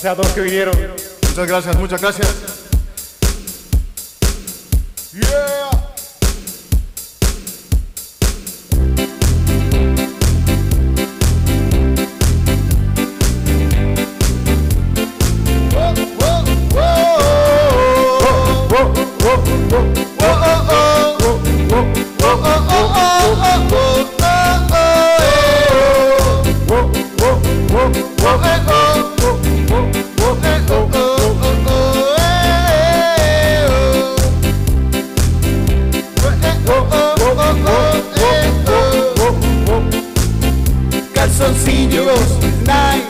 Gracias a todos los que vinieron. Muchas gracias, muchas gracias. Yeah. Calzoncillos Night,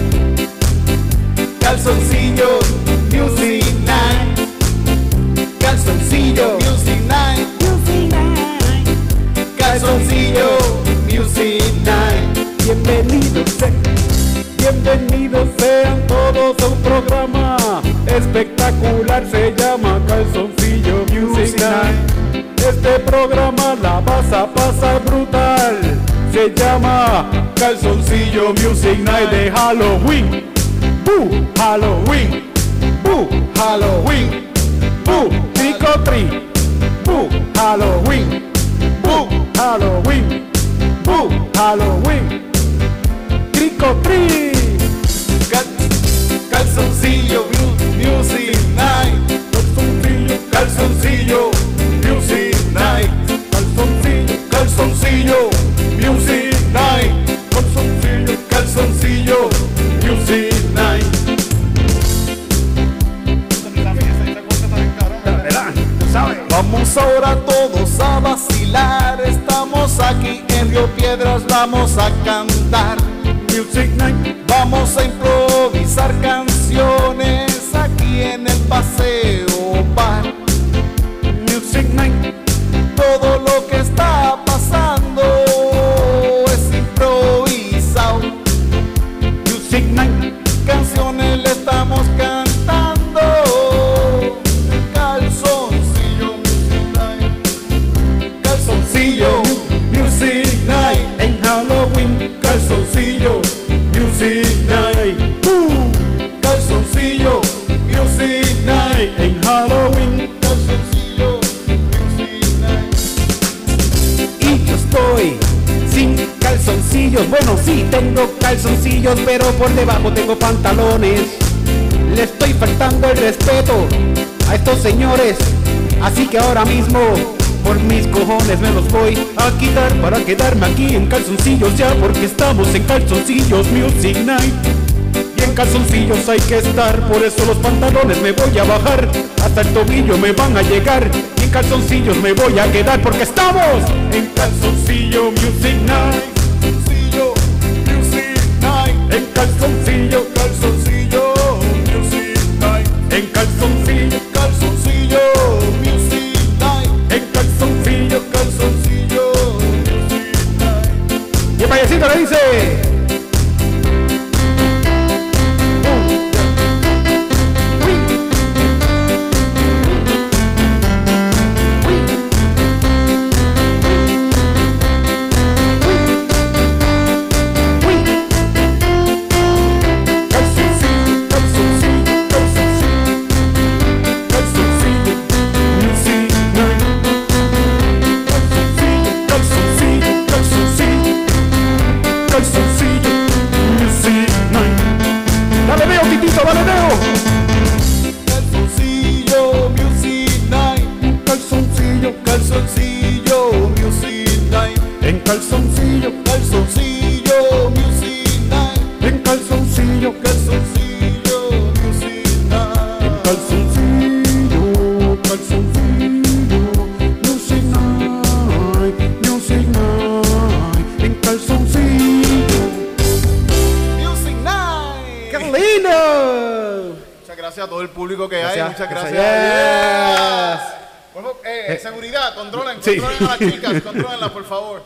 Calzoncillo Music Night, Calzoncillo Music Night, Calzoncillo Music Night. Bienvenidos sean todos a un programa espectacular, se llama Calzoncillo Music Night. Este programa la vas a pasar brutal, se llama Calzoncillo Music Night de Halloween. ¡Boo! Halloween. ¡Boo! Halloween. ¡Boo! Trick or treat. ¡Boo! Halloween. ¡Boo! Halloween. ¡Boo! Halloween. Trick or treat. Calzoncillo Music Night, Calzoncillo Music Night, Calzoncillo Music Night, Calzoncillo Music Night. Vamos ahora todos a vacilar, estamos aquí en Río Piedras, vamos a cantar Music Night. Vamos a improvisar canciones aquí en el Paseo Bar. Music Night. Todo lo que está pasando es improvisado. Music Night. Canciones le estamos cantando. Calzoncillo Music Night. Calzoncillo Music Night. En Halloween. Calzoncillo Music Night. Calzoncillo Music Night. En Halloween. Calzoncillo Music Night. Y yo estoy sin calzoncillos. Bueno, sí, tengo calzoncillos, pero por debajo tengo pantalones. Le estoy faltando el respeto a estos señores, así que ahora mismo por mis cojones me los voy a quitar para quedarme aquí en calzoncillos ya, porque estamos en Calzoncillos Music Night. Y en calzoncillos hay que estar, por eso los pantalones me voy a bajar, hasta el tobillo me van a llegar. Y en calzoncillos me voy a quedar porque estamos en Calzoncillo Music Night. Calzoncillo Music Night. En calzoncillo, Calzoncillo Music Night. en calzoncillo, Calzoncillo Music Night. en calzoncillo. Calzoncillo Music Night. Y el payasito le dice: dale Leo, Titito, dale Leo. Calzoncillo Music Night. Calzoncillo, Calzoncillo Music Night. en calzoncillo, Calzoncillo Music Night. en calzoncillo, Calzoncillo Music Night. en calzoncillo, calzoncillo, music night, music night, en calzoncillo. Music Night. ¡Qué lindo! Muchas gracias a todo el público que hay. Gracias, Muchas gracias. gracias. Bueno, seguridad, controlen Sí. a las chicas, contrólenlas, por favor.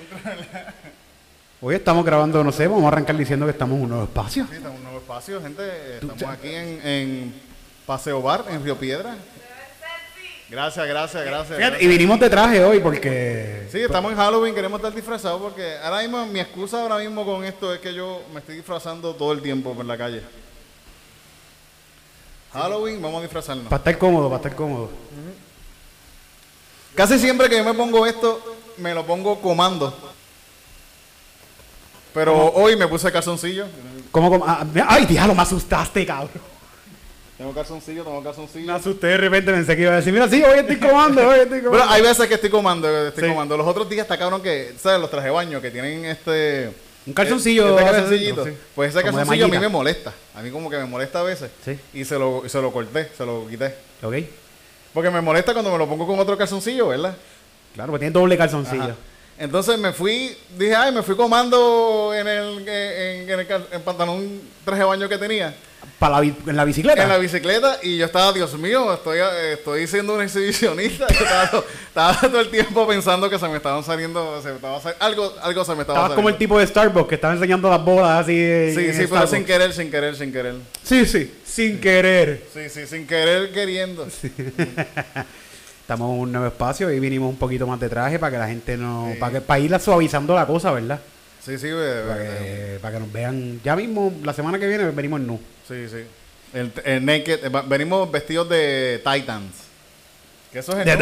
Hoy estamos grabando, no sé, vamos a arrancar diciendo que estamos en un nuevo espacio. Sí, estamos en un nuevo espacio, gente. Estamos aquí en Paseo Bar, en Río Piedra. Gracias. Fíjate, y vinimos de traje hoy porque... Sí, estamos en Halloween, queremos estar disfrazados porque ahora mismo, mi excusa ahora mismo con esto es que yo me estoy disfrazando todo el tiempo por la calle. Halloween, vamos a disfrazarnos. Para estar cómodo, para estar cómodo. Casi siempre que yo me pongo esto, me lo pongo comando. Pero hoy me puse calzoncillo. ¿Cómo? Ay, diablo, me asustaste, cabrón. Tengo calzoncillo, tengo calzoncillo. Me asusté de repente, pensé que iba a decir, mira, sí, hoy estoy comando, hoy estoy comando. Pero hay veces que estoy comando, Sí. comando. Los otros días está cabrón que, ¿sabes? Los traje de baño que tienen Un calzoncillo. este calzoncillito. Sí. Pues ese Como de calzoncillo a mí mallita. me molesta. A mí como que me molesta a veces. Sí. Y se lo corté, se lo quité. Ok. Porque me molesta cuando me lo pongo con otro calzoncillo, ¿verdad? Claro, pues tiene doble calzoncillo. Ajá. Entonces me fui comando en el pantalón traje de baño que tenía. En la bicicleta. En la bicicleta y yo estaba, Dios mío, estoy siendo un exhibicionista. Yo estaba todo el tiempo pensando que se me estaban saliendo, algo se me estaba Estabas saliendo. como el tipo de Starbucks que estaba enseñando las bolas así. Sí, en sí, pero Starbucks. sin querer. Sí, sin querer. Sí, sin querer queriendo. Estamos en un nuevo espacio y vinimos un poquito más de traje para que la gente no... Sí. Para ir suavizando la cosa, ¿verdad? Sí, Para que nos vean. Ya mismo, la semana que viene venimos en nu. Sí. El naked, venimos vestidos de Titans. Que eso es el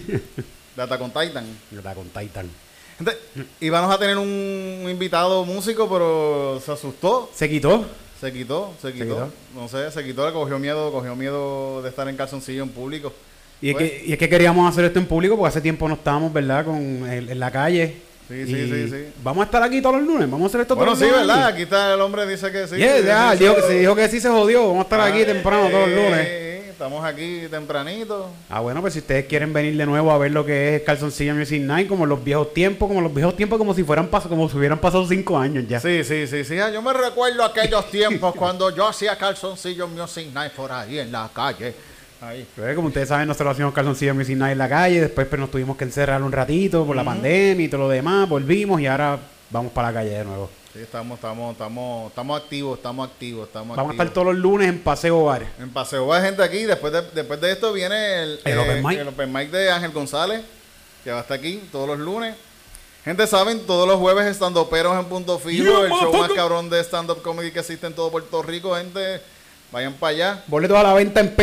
de Attack on Titan. De Attack on Titan. Gente, íbamos a tener un invitado músico, pero se asustó. ¿Se quitó? Se quitó. No sé, se quitó, cogió miedo de estar en calzoncillo en público. Y es que queríamos hacer esto en público porque hace tiempo no estábamos, ¿verdad? En la calle. Sí. Vamos a estar aquí todos los lunes. Vamos a hacer esto todos los lunes. Bueno, sí, ¿verdad? Aquí. Aquí está el hombre, dice que sí. Dijo que sí se jodió. Vamos a estar aquí temprano todos los lunes. Estamos aquí tempranito. Bueno, pues si ustedes quieren venir de nuevo a ver lo que es Calzoncillo Music Night, como los viejos tiempos, como si hubieran pasado 5 años ya. Sí. Yo me recuerdo aquellos tiempos cuando yo hacía Calzoncillo Music Night por ahí en la calle. Ahí. Pues, como ustedes saben, nosotros hacíamos Calzoncillo Music Night en la calle, después pues, nos tuvimos que encerrar un ratito por la pandemia y todo lo demás, volvimos y ahora vamos para la calle de nuevo. Sí, estamos activos. Vamos a estar todos los lunes en Paseo Bar. En Paseo Bar, gente aquí. Después de esto viene el Open Mic de Ángel González, que va a estar aquí todos los lunes. Gente, saben, todos los jueves estandoperos en Punto Fijo, el show más cabrón de stand-up comedy que existe en todo Puerto Rico, gente. Vayan para allá. Boletos a la venta en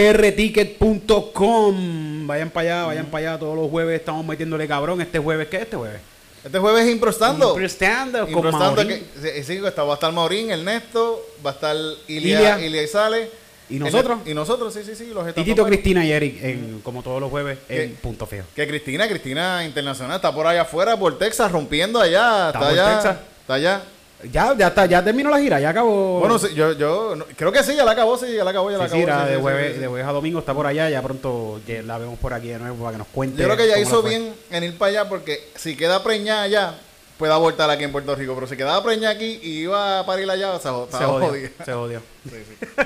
prticket.com. Vayan para allá. Todos los jueves estamos metiéndole cabrón. ¿Este jueves qué es este jueves? Este jueves es Impro Stand-Up. Con Maurín. Sí, va a estar Maurín, Ernesto, va a estar Ilia y Sale. ¿Y nosotros? Y nosotros, sí. Los Titito, Cristina y Eric, como todos los jueves, en Punto Fijo. Que Cristina Internacional, está por allá afuera, por Texas, rompiendo allá. Está allá. Ya terminó la gira, ya acabó. Bueno, sí, yo creo que sí, ya la acabó. Sí, de jueves a domingo está por allá, ya pronto la vemos por aquí de nuevo para que nos cuente. Yo creo que ya hizo bien en ir para allá porque si queda preñada allá, puede abortar aquí en Puerto Rico, pero si quedaba preñada aquí y iba a parir allá, se jodió. Sí.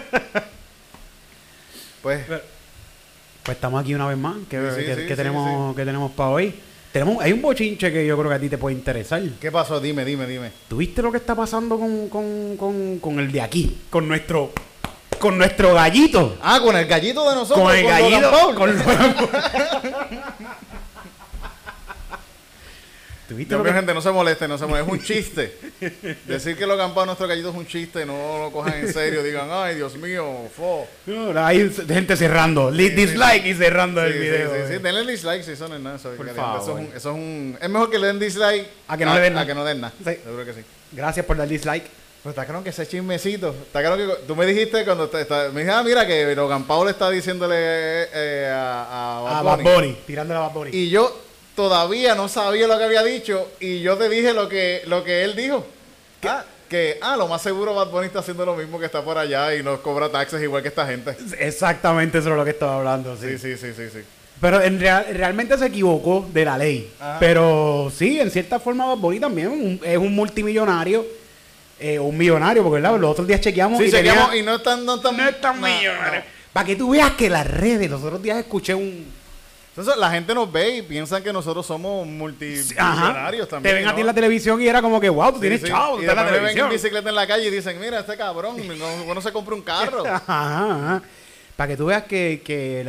Pues estamos aquí una vez más. ¿Qué tenemos para hoy? Hay un bochinche que yo creo que a ti te puede interesar. ¿Qué pasó? Dime. ¿Tuviste lo que está pasando con el de aquí? Con nuestro gallito. Con el gallito de nosotros. Con el gallito. Gente, no se moleste. Es un chiste. Decir que Logan Paul, nuestro gallito, es un chiste. No lo cojan en serio. Digan, ay, Dios mío, No, hay gente cerrando. Dislike y cerrando el video. Sí. Denle dislike si eso no es nada. Eso es es mejor que le den dislike a que no le den nada. A que no den nada. Sí. Seguro que sí. Gracias por dar dislike. Pero está claro que ese chismecito. Está claro que tú me dijiste cuando me dijiste, mira que Logan Paul está diciéndole a Bad Bunny. Tirándole a Bad Bunny. Y yo todavía no sabía lo que había dicho y yo te dije lo que él dijo. Lo más seguro Bad Bunny está haciendo lo mismo que está por allá y nos cobra taxes igual que esta gente. Exactamente eso es lo que estaba hablando. Sí. Pero realmente se equivocó de la ley. Ajá. Pero sí, en cierta forma Bad Bunny también es un multimillonario. Un millonario, porque ¿verdad? Los otros días chequeamos y no es tan millonario. Para que tú veas que las redes, los otros días escuché Entonces la gente nos ve y piensan que nosotros somos multimillonarios también. Te ven a ti en la televisión y era como que, wow, tú tienes chavos. Y después me ven en bicicleta en la calle y dicen, mira, este cabrón, no se compra un carro. Ajá. Para que tú veas que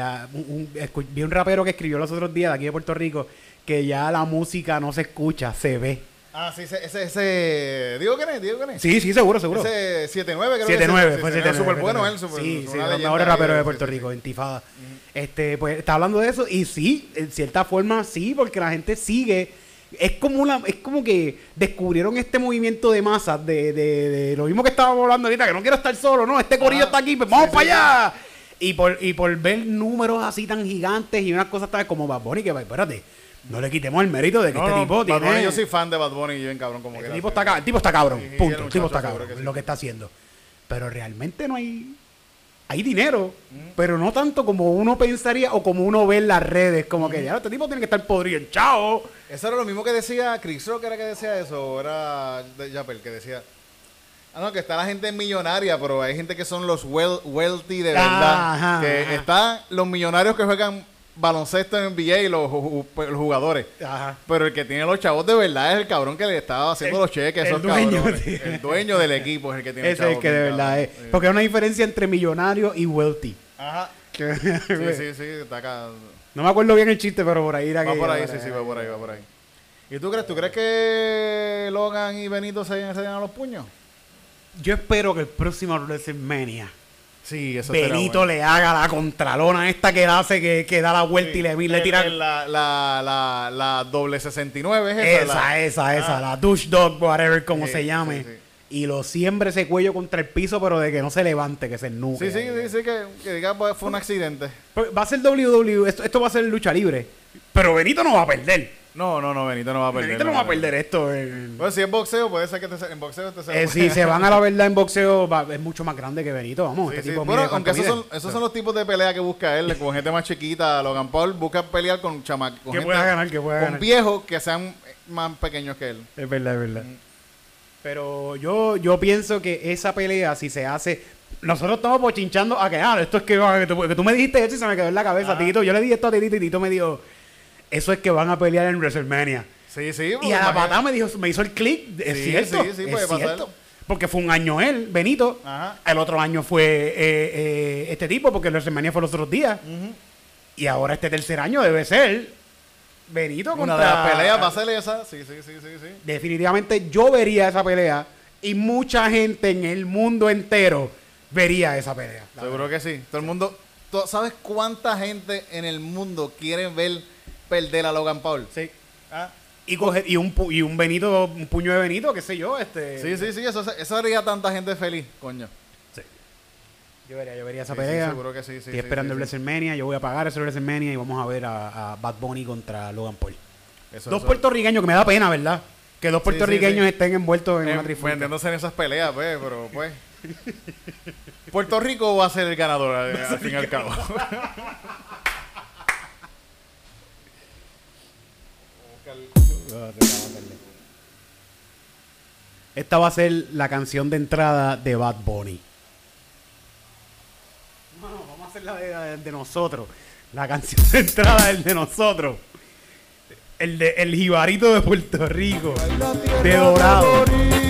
vi un rapero que escribió los otros días de aquí de Puerto Rico que ya la música no se escucha, se ve. Ah, sí, ese Diego Kennedy. Sí, seguro. Ese 7-9 creo 7-9, que fue 7-9. 7-9. Súper bueno él, Sí, una los leyenda mejores ahí raperos de Puerto Rico, Intifada. Pues está hablando de eso y sí, en cierta forma sí, porque la gente sigue. Es como que descubrieron este movimiento de masas de lo mismo que estábamos hablando ahorita, que no quiero estar solo, no, este corillo está aquí, pues vamos para allá. Y por ver números así tan gigantes y unas cosas tan como Bad Bunny, que espérate, no le quitemos el mérito de que tipo Bad tiene... Bunny, yo soy fan de Bad Bunny y bien cabrón como que El tipo está cabrón, Sí, punto. el El tipo está muchacho cabrón seguro que en sí. lo que está haciendo. Pero realmente no hay... Hay dinero, pero no tanto como uno pensaría o como uno ve en las redes. Como que ya este tipo tiene que estar podrido. ¡Chao! Eso era lo mismo que decía Chris Rock, era que decía eso, o era de Japel que decía... que está la gente millonaria, pero hay gente que son los wealthy de verdad. Están los millonarios que juegan baloncesto en NBA y los jugadores. Ajá. Pero el que tiene los chavos de verdad es el cabrón que le estaba haciendo los cheques. el Esos dueño, cabrones. sí. El dueño del equipo es el que tiene Ese es el que de verdad es. Porque hay una diferencia entre millonario y wealthy. Ajá. Que- Sí, está acá. No me acuerdo bien el chiste, pero por ahí era Va que... por ahí, sí, va por ahí. ¿Y tú crees que Logan y Benito se den a los puños? Yo espero que el próximo WrestleMania Sí, eso Benito le haga la contralona esta que hace que da la vuelta y le tira... La doble 69 es esa. La douche dog, whatever, como Sí, se llame. sí. Y lo siembre ese cuello contra el piso, pero de que no se levante, que se ennuque. Sí, que diga pues, fue un accidente. Pues va a ser WWE, esto va a ser lucha libre. Pero Benito no va a perder. No, Benito no va a perder. Benito no va a perder esto. Pues si es boxeo, puede ser que en boxeo te Si se van a la verdad en boxeo, es mucho más grande que Benito. Vamos, Sí, este sí. tipo Bueno, mide, aunque ¿cuánto mide? esos son los tipos de pelea que busca él, con gente más chiquita. Logan Paul busca pelear con chamacos. Que pueda ganar, que pueda con ganar. viejos que sean más pequeños que él. Es verdad. Pero yo pienso que esa pelea, si se hace... Nosotros estamos pochinchando a que, esto es que tú me dijiste eso y se me quedó en la cabeza, Tito. Yo le dije esto a Tito y Tito me dijo, eso es que van a pelear en WrestleMania. Sí. Y a la patada me hizo el click. Es Sí, cierto. sí, puede es cierto. pasar. Porque fue un año él, Benito. Ajá. El otro año fue este tipo, porque el WrestleMania fue los otros días. Y ahora este tercer año debe ser Benito contra... Una de las peleas va a ser esa. Sí. Definitivamente yo vería esa pelea y mucha gente en el mundo entero vería esa pelea. Seguro que sí. Todo el mundo... ¿Sabes cuánta gente en el mundo quiere ver perder a Logan Paul? Sí. Y un Benito, un puño de Benito, qué sé yo, Sí, eso haría tanta gente feliz, coño. Sí. Yo vería esa Sí, pelea. seguro que sí. Estoy esperando el WrestleMania, yo voy a pagar ese WrestleMania y vamos a ver a Bad Bunny contra Logan Paul. Dos puertorriqueños, que me da pena, ¿verdad? Que dos puertorriqueños estén envueltos en una trifulca. Vendiéndose en esas peleas, pues, pero pues... Puerto Rico va a ser el ganador al fin y al cabo. Esta va a ser la canción de entrada de Bad Bunny. No, vamos a hacer la de nosotros. La canción de entrada es de nosotros. El jibarito de Puerto Rico. De Dorado.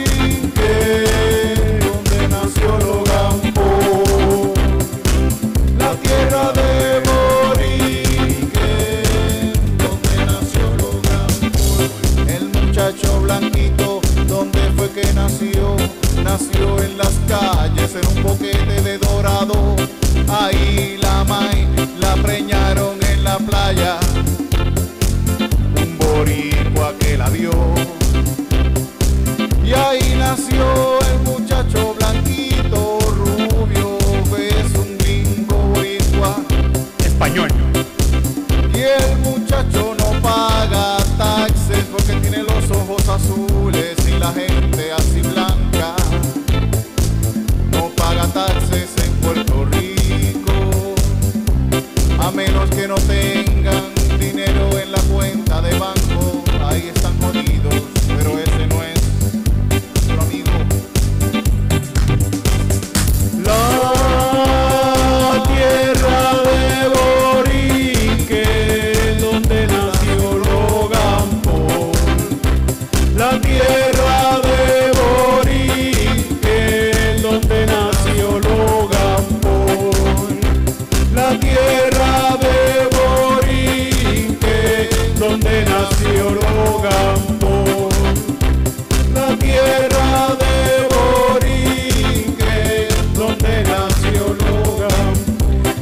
Donde nació Logan Paul, la tierra de Borique, donde nació Logan Paul, el muchacho blanquito, donde fue que nació en las calles, en un boquete de Dorado, ahí la mai la preñaron en la playa, un boricua que la vio. Y ahí nació el muchacho blanquito, rubio, es un gringo boricua. Español. Y el muchacho no paga taxes porque tiene los ojos azules y la gente así blanca. No paga taxes en Puerto Rico, a menos que no tengan dinero en la cuenta de banco. Ahí están jodidos, pero ese no es nuestro amigo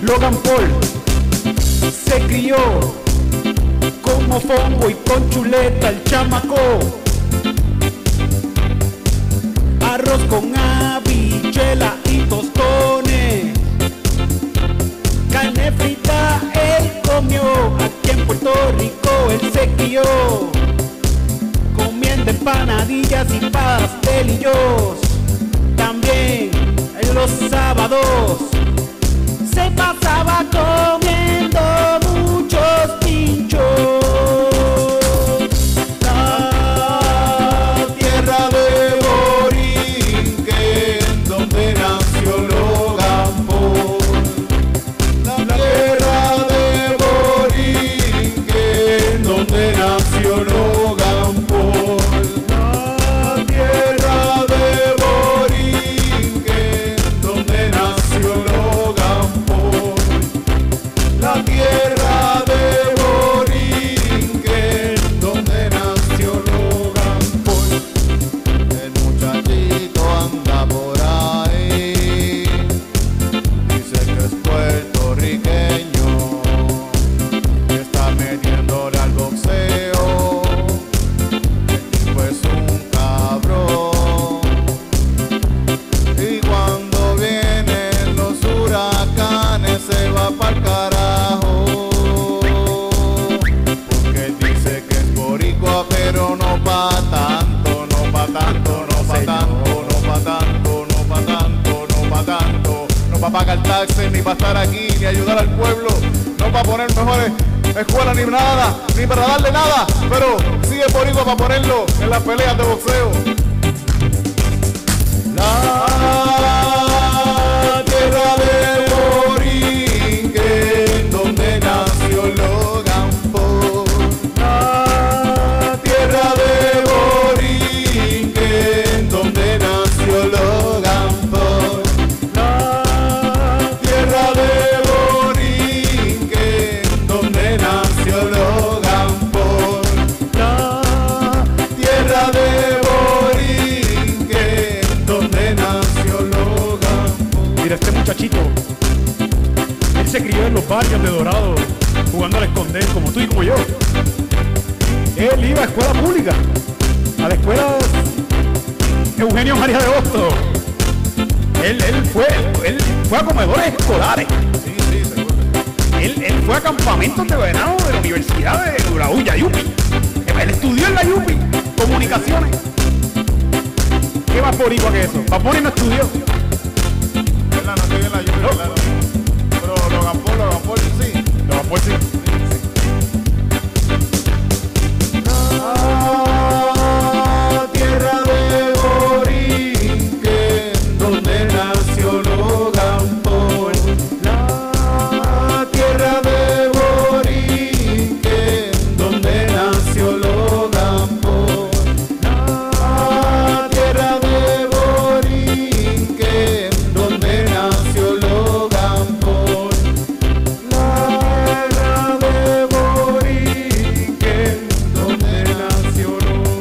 Logan Paul se crió con mofongo y con chuleta el chamaco. Arroz con habichuela y tostones. Carne frita él comió. Aquí en Puerto Rico él se crió comiendo empanadillas y pastelillos. También en los sábados se pasaba comiendo muchos pinchos. La tierra de Borinquen, donde nació Logan Paul. La tierra de Borinquen, donde nació Logan Paul. La tierra de Borinquen, donde nació Logan Paul. La tierra de Borinquen, donde nació Logan Paul. El muchachito anda por ahí, dice que es puertorriqueño, que está metiéndole al boxeo. El tipo es un cabrón, y cuando vienen los huracanes se va pa'l carajo, porque él dice que es boricua, pero no pa' tanto, no pa' tanto, no pa' tanto, no pa' tanto, no pa' tanto, no pa' tanto, no pa' pagar taxes, ni pa' estar aquí, ni ayudar al pueblo, no pa' poner mejores escuelas ni nada, ni para darle nada, pero sí es boricua para ponerlo en las peleas de boxeo. La tierra de Borinquen, donde nació Logan Paul. La tierra de Borinquen, donde nació Logan Paul. La tierra de Borinquen, donde nació Logan Paul. La tierra de Borinquen, donde nació Logan Paul. Mira, este muchachito, él se crió en los barrios de Dorado, jugando al esconder como tú y como yo. Él iba a escuela pública, a la escuela Eugenio María de Hostos. Él fue a comedores escolares. Sí, seguro. Él fue a campamentos de verano de la Universidad de la Yupi. Él estudió en la Yupi, comunicaciones. ¿Qué más boricua que eso? Bad Bunny no estudió. ¿Verdad? No estoy en la lluvia, claro. Pero Logan Paul sí. Logan Paul sí. La tierra de Borinquen, donde nació Logan Paul. La tierra de Borinquen, donde nació Logan Paul. La tierra de Borinquen, donde nació Logan Paul. La tierra de Borinquen, donde nació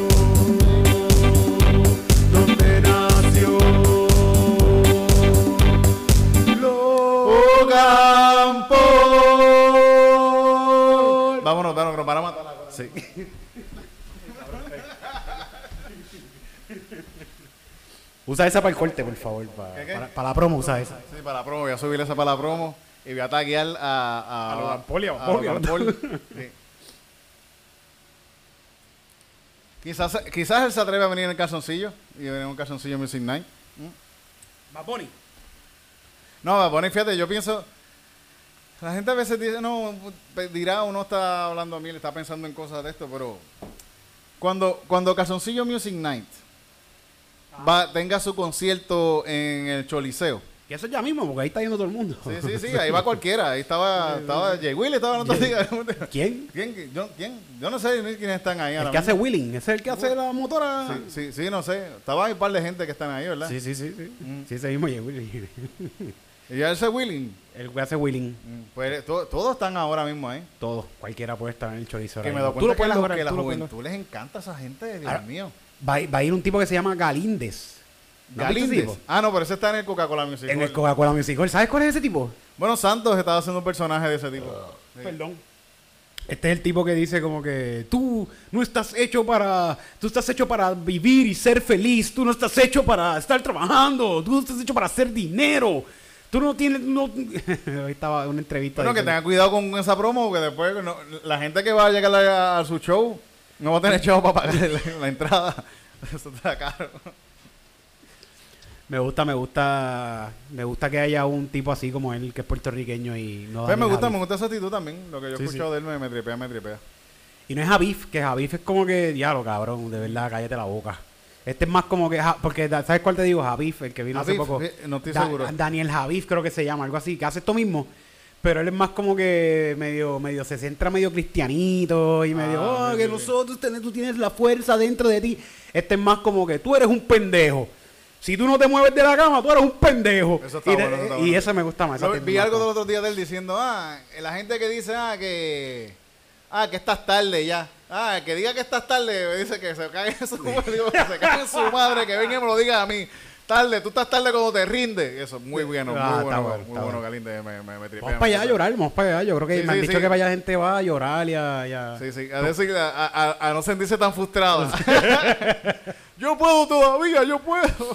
Logan Paul. Vámonos, que nos van a matar la cosa. Sí. Usa esa para el corte, por favor. ¿Qué? Para la promo, usa esa. Sí, para la promo, voy a subir esa para la promo y voy a taguear a Logan Paul y a Logan Paul. Sí. Quizás él se atreve a venir en el calzoncillo y venir en un calzoncillo Music Night. Bad Bunny. No, Bad Bunny, fíjate, yo pienso, la gente a veces dice, no, dirá, uno está hablando a mí, le está pensando en cosas de esto, pero cuando Calzoncillo Music Night tenga su concierto en el Choliseo. Y eso ya mismo, porque ahí está yendo todo el mundo. Sí, ahí va cualquiera. Ahí estaba Jay Willy, estaba hablando así. ¿Quién? ¿Quién? Yo no sé ni quiénes están ahí. El que hace wheeling, ese es el que hace la motora. Sí, no sé. Estaba ahí un par de gente que están ahí, ¿verdad? Sí. Sí, ese mismo Jay Willy. ¿Y ya ese wheeling? El que hace wheeling. Pues todos están ahora mismo ahí. Todos, cualquiera puede estar en el chorizo. Que me doy cuenta que la juventud les encanta a esa gente, Dios mío. Va a ir un tipo que se llama Galíndez. ¿Galíndez? Ah, no, pero ese está en el Coca-Cola Music Hall. En el Coca-Cola Music Hall. ¿Sabes cuál es ese tipo? Bueno, Santos estaba haciendo un personaje de ese tipo. Sí. Perdón. Este es el tipo que dice como que tú estás hecho para vivir y ser feliz, tú no estás hecho para estar trabajando, tú no estás hecho para hacer dinero. Tú no tienes... Ahí estaba una entrevista. Bueno, que tenga cuidado con esa promo, porque después la gente que va a llegar a su show no va a tener chavo para pagar la entrada. Eso está caro. Me gusta que haya un tipo así como él, que es puertorriqueño y no... Pues me gusta esa actitud también. Lo que yo he escuchado de él me tripea. Y no es Javif, que Javif es como que... Diablo, cabrón, de verdad, cállate la boca. Este es más como que... Porque, ¿sabes cuál te digo? Javif, el que vino hace poco. No estoy seguro. Daniel Javif creo que se llama, algo así, que hace esto mismo. Pero él es más como que medio se centra medio cristianito y medio... que nosotros tú tienes la fuerza dentro de ti. Este es más como que tú eres un pendejo. Si tú no te mueves de la cama, tú eres un pendejo. Eso está bueno. Y eso me gusta más. Vi algo del otro día de él diciendo, la gente que dice, que estás tarde ya. Que diga que estás tarde, dice que se cague en su madre, que venga y me lo diga a mí. Tarde, tú estás tarde cuando te rinde. Eso, muy bueno, muy bueno, Galinde, me tripea. Vamos para allá a llorar, Yo creo que me han dicho que vaya gente va a llorar y a... Sí, a decir, a no sentirse tan frustrado. Yo puedo todavía, yo puedo.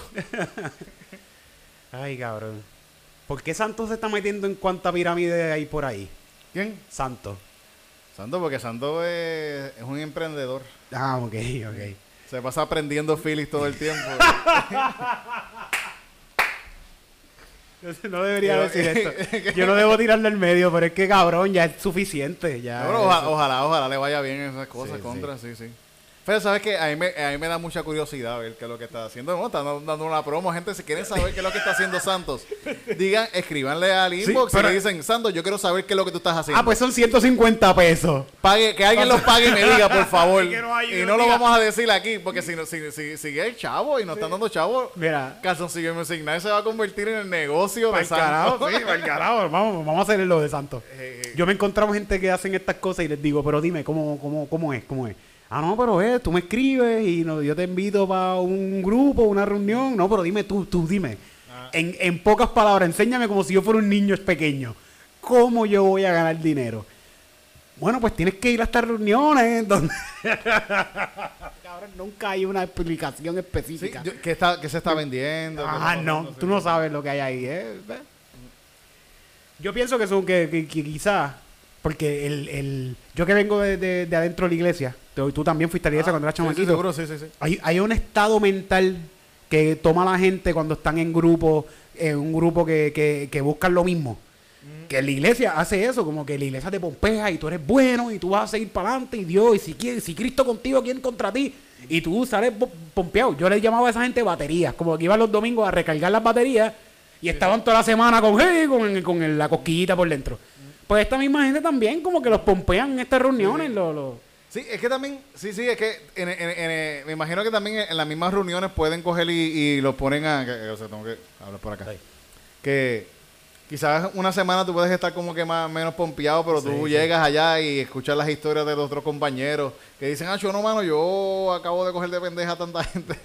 Ay, cabrón. ¿Por qué Santos se está metiendo en cuánta pirámide hay por ahí? ¿Quién? Santos, porque Santos es un emprendedor. Ok. Se pasa aprendiendo Phillies todo el tiempo. No debería decir esto. Yo no debo tirarle al medio, pero es que cabrón, ya es suficiente. Ya no, ojalá le vaya bien esas cosas sí. Pero sabes que a mí me da mucha curiosidad ver qué es lo que está haciendo. No, están dando una promo, gente. Si quieren saber qué es lo que está haciendo Santos, escríbanle al inbox y le dicen, Santos, yo quiero saber qué es lo que tú estás haciendo. Pues son 150 pesos. Que alguien los pague y me diga, por favor. Y no lo vamos a decir aquí, porque si es chavo y nos están dando chavo, mira, Calzoncillo Music Night se va a convertir en el negocio de Santos. Vamos a hacer lo de Santos. Yo me he encontrado gente que hacen estas cosas y les digo, pero dime, ¿cómo es? No, pero tú me escribes y yo te invito para un grupo, una reunión. No, pero dime tú dime. En pocas palabras, enséñame como si yo fuera un niño pequeño. ¿Cómo yo voy a ganar dinero? Bueno, pues tienes que ir a estas reuniones donde... Cabrón, nunca hay una explicación específica. Sí, ¿qué se está vendiendo? Tú no sabes lo que hay ahí, Yo pienso que quizás... Porque yo que vengo de adentro de la iglesia, tú también fuiste a la iglesia cuando eras chamaquito. Sí, seguro, sí. Hay un estado mental que toma la gente cuando están en grupo, un grupo que buscan lo mismo. Que la iglesia hace eso, como que la iglesia te pompea y tú eres bueno y tú vas a seguir para adelante y Dios, y si Cristo contigo, ¿quién contra ti? Y tú sales pompeado. Yo les llamaba a esa gente baterías, como que iban los domingos a recargar las baterías y estaban toda la semana con la cosquillita por dentro. Pues esta misma gente también como que los pompean en estas reuniones. Sí, es que también, es que me imagino que también en las mismas reuniones pueden coger y los ponen tengo que hablar por acá. Sí. Que quizás una semana tú puedes estar como que menos pompeado, pero tú llegas allá y escuchas las historias de los otros compañeros que dicen, yo acabo de coger de pendeja a tanta gente.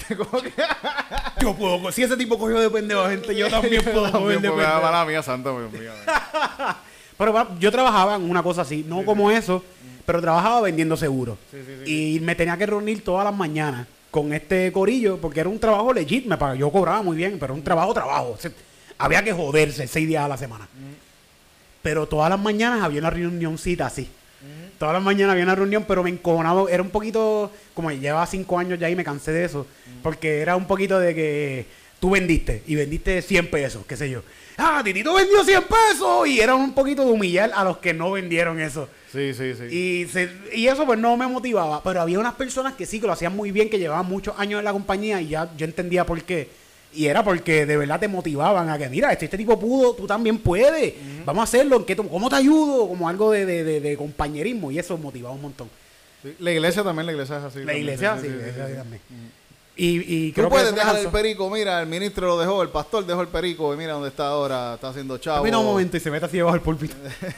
Yo puedo, si ese tipo cogió de pendeja a gente, yo también puedo coger de pendeja. Mala mía, santa mía. Pero yo trabajaba en una cosa así, no como eso, pero trabajaba vendiendo seguros. Y me tenía que reunir todas las mañanas con este corillo, porque era un trabajo legit, yo cobraba muy bien, pero era un trabajo. O sea, había que joderse 6 días a la semana. Pero todas las mañanas había una reunioncita así. Todas las mañanas había una reunión, pero me encojonaba, era un poquito, como llevaba 5 años ya y me cansé de eso, porque era un poquito de que tú vendiste 100 pesos, qué sé yo. Titito vendió 100 pesos y era un poquito de humillar a los que no vendieron eso. Sí. Y eso pues no me motivaba, pero había unas personas que sí, que lo hacían muy bien, que llevaban muchos años en la compañía y ya yo entendía por qué. Y era porque de verdad te motivaban a que, mira, este tipo pudo, tú también puedes. Vamos a hacerlo, ¿cómo te ayudo? Como algo de compañerismo, y eso motivaba un montón. Sí. La iglesia es así. La iglesia es así también. Y creo tú puedes dejar el perico, mira, el ministro lo dejó, el pastor dejó el perico y mira dónde está ahora, está haciendo chavo. Mira un momento y se mete así debajo del púlpito.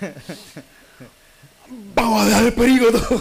Vamos a dejar el perico todo.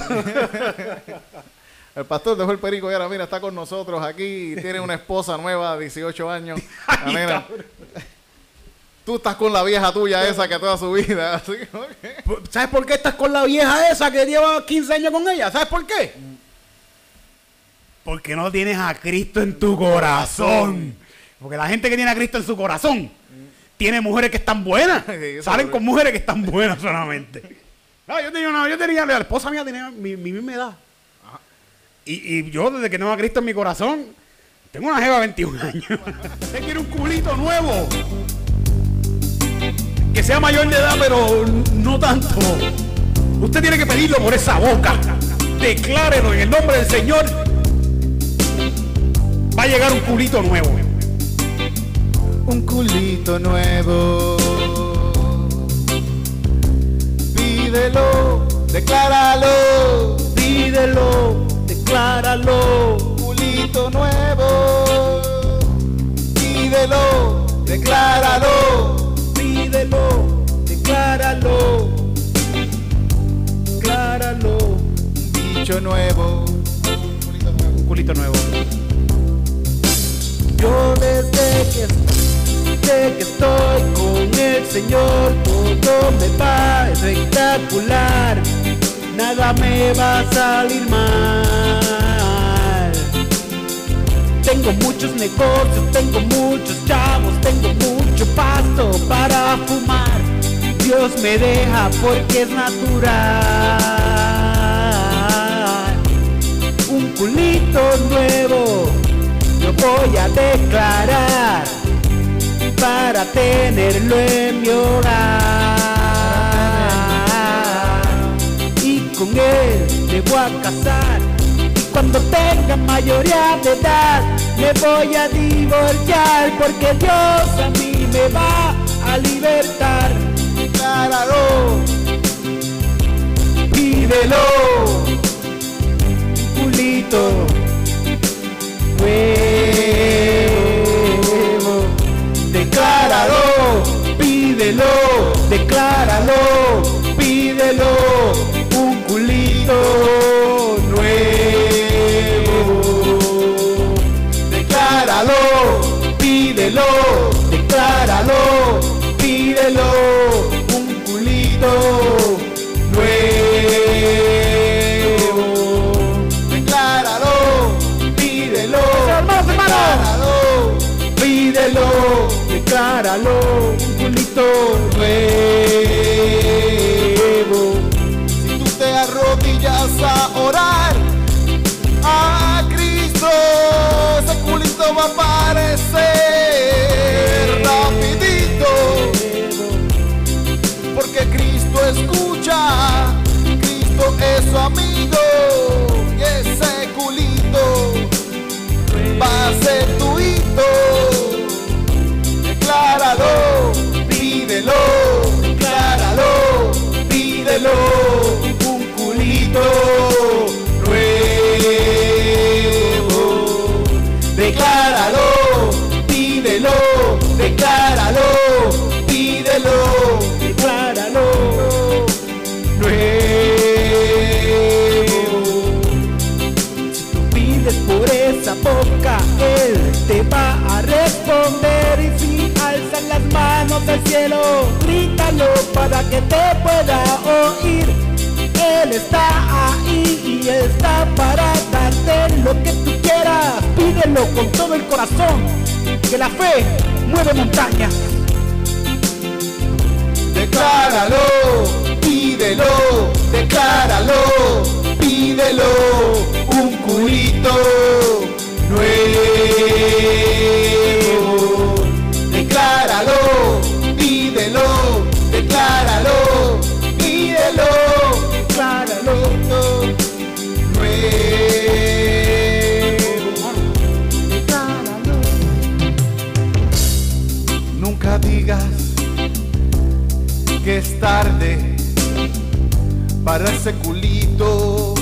El pastor dejó el perico y ahora mira, está con nosotros aquí y tiene una esposa nueva, 18 años. Tú estás con la vieja tuya esa que toda su vida. Así, okay. ¿Sabes por qué estás con la vieja esa que lleva 15 años con ella? ¿Sabes por qué? Porque no tienes a Cristo en tu corazón. Porque la gente que tiene a Cristo en su corazón tiene mujeres que están buenas. Salen con mujeres que están buenas solamente. No, yo tenía la esposa mía tenía mi misma edad. Y yo desde que no a Cristo en mi corazón tengo una jeva de 21 años. Usted quiere un culito nuevo. Que sea mayor de edad, pero no tanto. Usted tiene que pedirlo por esa boca. Declárelo en el nombre del Señor. Va a llegar un culito nuevo. Un culito nuevo. Pídelo, decláralo. Pídelo, decláralo. Culito nuevo. Pídelo, decláralo. Pídelo, decláralo. Decláralo. Un bicho nuevo. Un culito nuevo. Yo desde que estoy con el Señor, todo me va espectacular, nada me va a salir mal. Tengo muchos negocios, tengo muchos chavos, tengo mucho pasto para fumar. Dios me deja porque es natural. Un culito nuevo yo voy a declarar para tenerlo en mi hogar, y con él me voy a casar, y cuando tenga mayoría de edad me voy a divorciar, porque Dios a mí me va a libertar. Decláralo, pídelo, culito nuevo, decláralo, pídelo, decláralo, pídelo, un culito nuevo, decláralo, pídelo, decláralo, pídelo, un culito nuevo, decláralo, pídelo, pídelo, decláralo, un culito nuevo. Si tú te arrodillas a orar a Cristo, ese culito va a aparecer rapidito, porque Cristo escucha, Cristo es su amigo, y ese culito va a ser tu hito. Decláralo, pídelo, decláralo, pídelo, un culito nuevo. Decláralo, pídelo, decláralo, pídelo, Decláralo nuevo. Si tú pides por esa boca, Él te va a responder, y si alzas las manos al cielo, grítalo para que te pueda oír. Él está ahí y Él está para darte lo que tú quieras. Pídelo con todo el corazón, que la fe mueve montañas. Decláralo, pídelo, decláralo, pídelo, un culito nuevo. Decláralo, pídelo, decláralo, pídelo, Decláralo nuevo. Decláralo. Nunca digas que es tarde para ese culito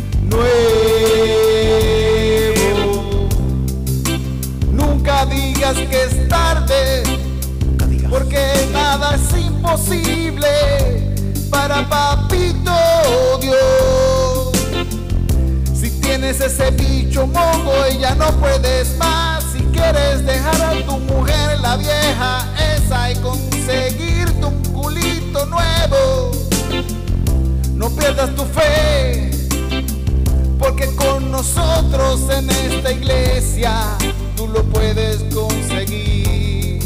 nuevo. Nunca digas que es tarde, porque nada es imposible para Papito Dios. Si tienes ese bicho mongo y ya no puedes más, si quieres dejar a tu mujer, la vieja esa, y con conseguirte un culito nuevo. No pierdas tu fe, porque con nosotros en esta iglesia tú lo puedes conseguir.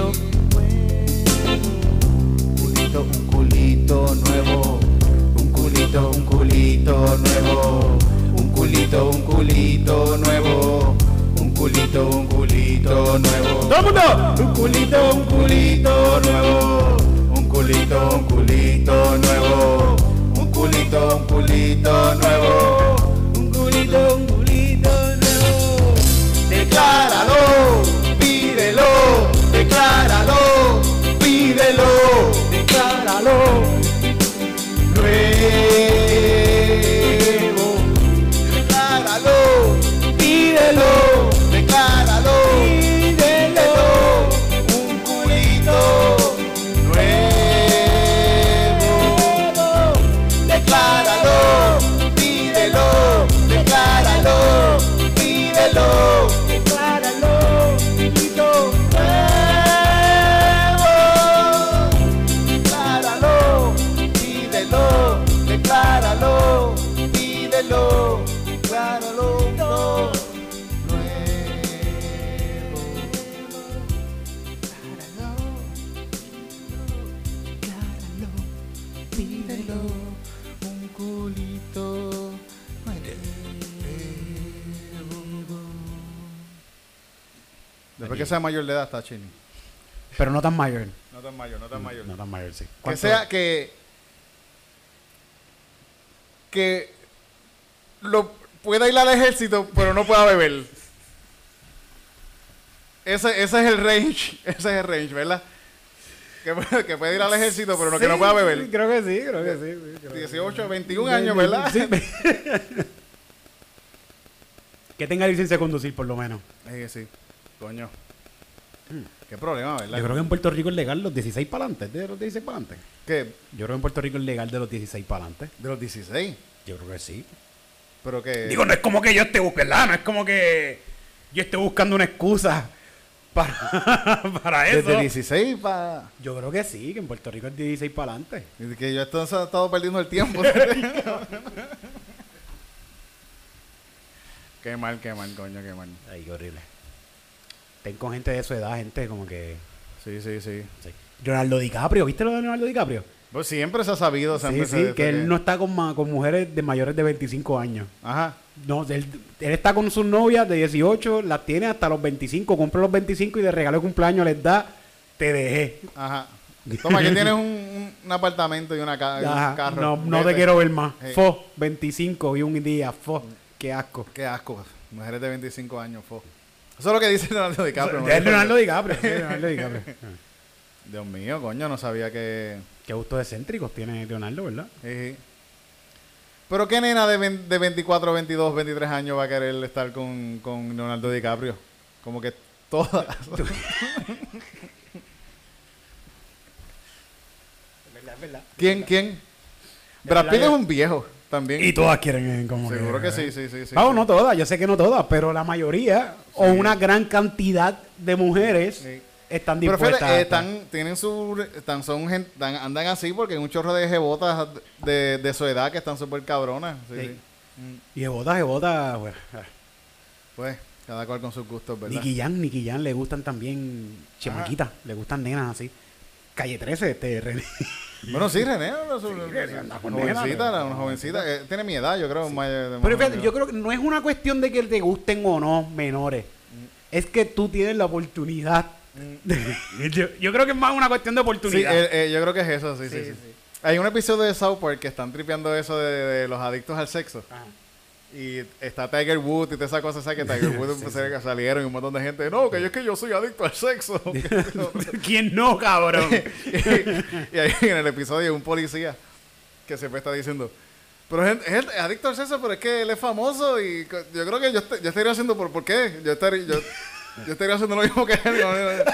Un culito nuevo, un culito nuevo, un culito nuevo, un culito nuevo. ¡Todo el mundo! Un culito nuevo, un culito nuevo, un culito nuevo, un culito nuevo. Decláralo, pídelo, decláralo, pídelo, decláralo. Nuevo, decláralo, pídelo, decláralo, pídelo. Un culito nuevo, decláralo, pídelo, decláralo, pídelo, decláralo, culito nuevo, decláralo, pídelo, decláralo, pídelo, decláralo, nuevo. Pídelo, un culito nuevo. Después que sea mayor de edad está chini. Pero no tan mayor. No tan mayor. No tan mayor, sí. Que ¿Cuánto? sea que lo pueda ir al ejército, pero no pueda beber. Ese es el range. Ese es el range, ¿verdad? Que puede ir al ejército, pero no, que no pueda beber. Creo que sí. Creo 18, 21 años, ¿verdad? Sí. Que tenga licencia de conducir, por lo menos. Sí, coño. Qué problema, ¿verdad? Yo creo que en Puerto Rico es legal los 16 para adelante. ¿De los 16 para adelante? ¿Qué? Yo creo que en Puerto Rico es legal de los 16 para adelante. ¿De los 16? Yo creo que sí. Pero que... Digo, no es como que yo esté buscando, ¿verdad? No es como que yo esté buscando una excusa para eso. Desde 16 para... Yo creo que sí, que en Puerto Rico es 16 para adelante. Que yo entonces he estado perdiendo el tiempo. Qué mal, coño, qué mal. Ay, qué horrible. Ten con gente de su edad, gente como que... Sí. Leonardo DiCaprio, ¿viste lo de Leonardo DiCaprio? Pues siempre se ha sabido. Siempre Sí, que él no está con mujeres de mayores de 25 años. Ajá. No, él está con sus novias de 18, las tiene hasta los 25, cumple los 25 y de regalo de cumpleaños les da, te dejé. Ajá. Toma, que tienes un apartamento y una y un carro. No te quiero ver más. Sí. 25 y un día, qué asco. Qué asco. Mujeres de 25 años, Eso es lo que dice Leonardo DiCaprio. Es Leonardo DiCaprio. Dios mío, coño, no sabía que... Qué gustos excéntricos tiene Leonardo, ¿verdad? Sí. Pero qué nena de 24, 22, 23 años va a querer estar con Leonardo DiCaprio. Como que todas. Es verdad. ¿Quién? Brad Pitt es un viejo también. Y todas quieren como Seguro que sí. Vamos, no todas, yo sé que no todas, pero la mayoría o una gran cantidad de mujeres están dispuestas. Pero fíjate, andan así porque hay un chorro de jebotas de su edad que están súper cabronas. Sí. Y jebotas, bueno. Pues, cada cual con sus gustos, ¿verdad? Nicky Jam le gustan también chamaquitas, le gustan nenas así. Calle 13, René. Bueno, sí, René, una una jovencita. Tiene mi edad, yo creo. Pero fíjate, yo creo que no es una cuestión de que te gusten o no menores. Es que tú tienes la oportunidad. Yo creo que es más una cuestión de oportunidad. Sí, yo creo que es eso, sí. Hay un episodio de South Park que están tripeando eso de los adictos al sexo. Ajá. Y está Tiger Woods y toda esa cosa, ¿sabes? Que Tiger Woods salieron y un montón de gente. No, que yo soy adicto al sexo. ¿Quién no, cabrón? y ahí en el episodio hay un policía que siempre está diciendo, pero es adicto al sexo, pero es que él es famoso y yo creo que yo estaría haciendo ¿por qué? Yo estaría haciendo lo mismo que él.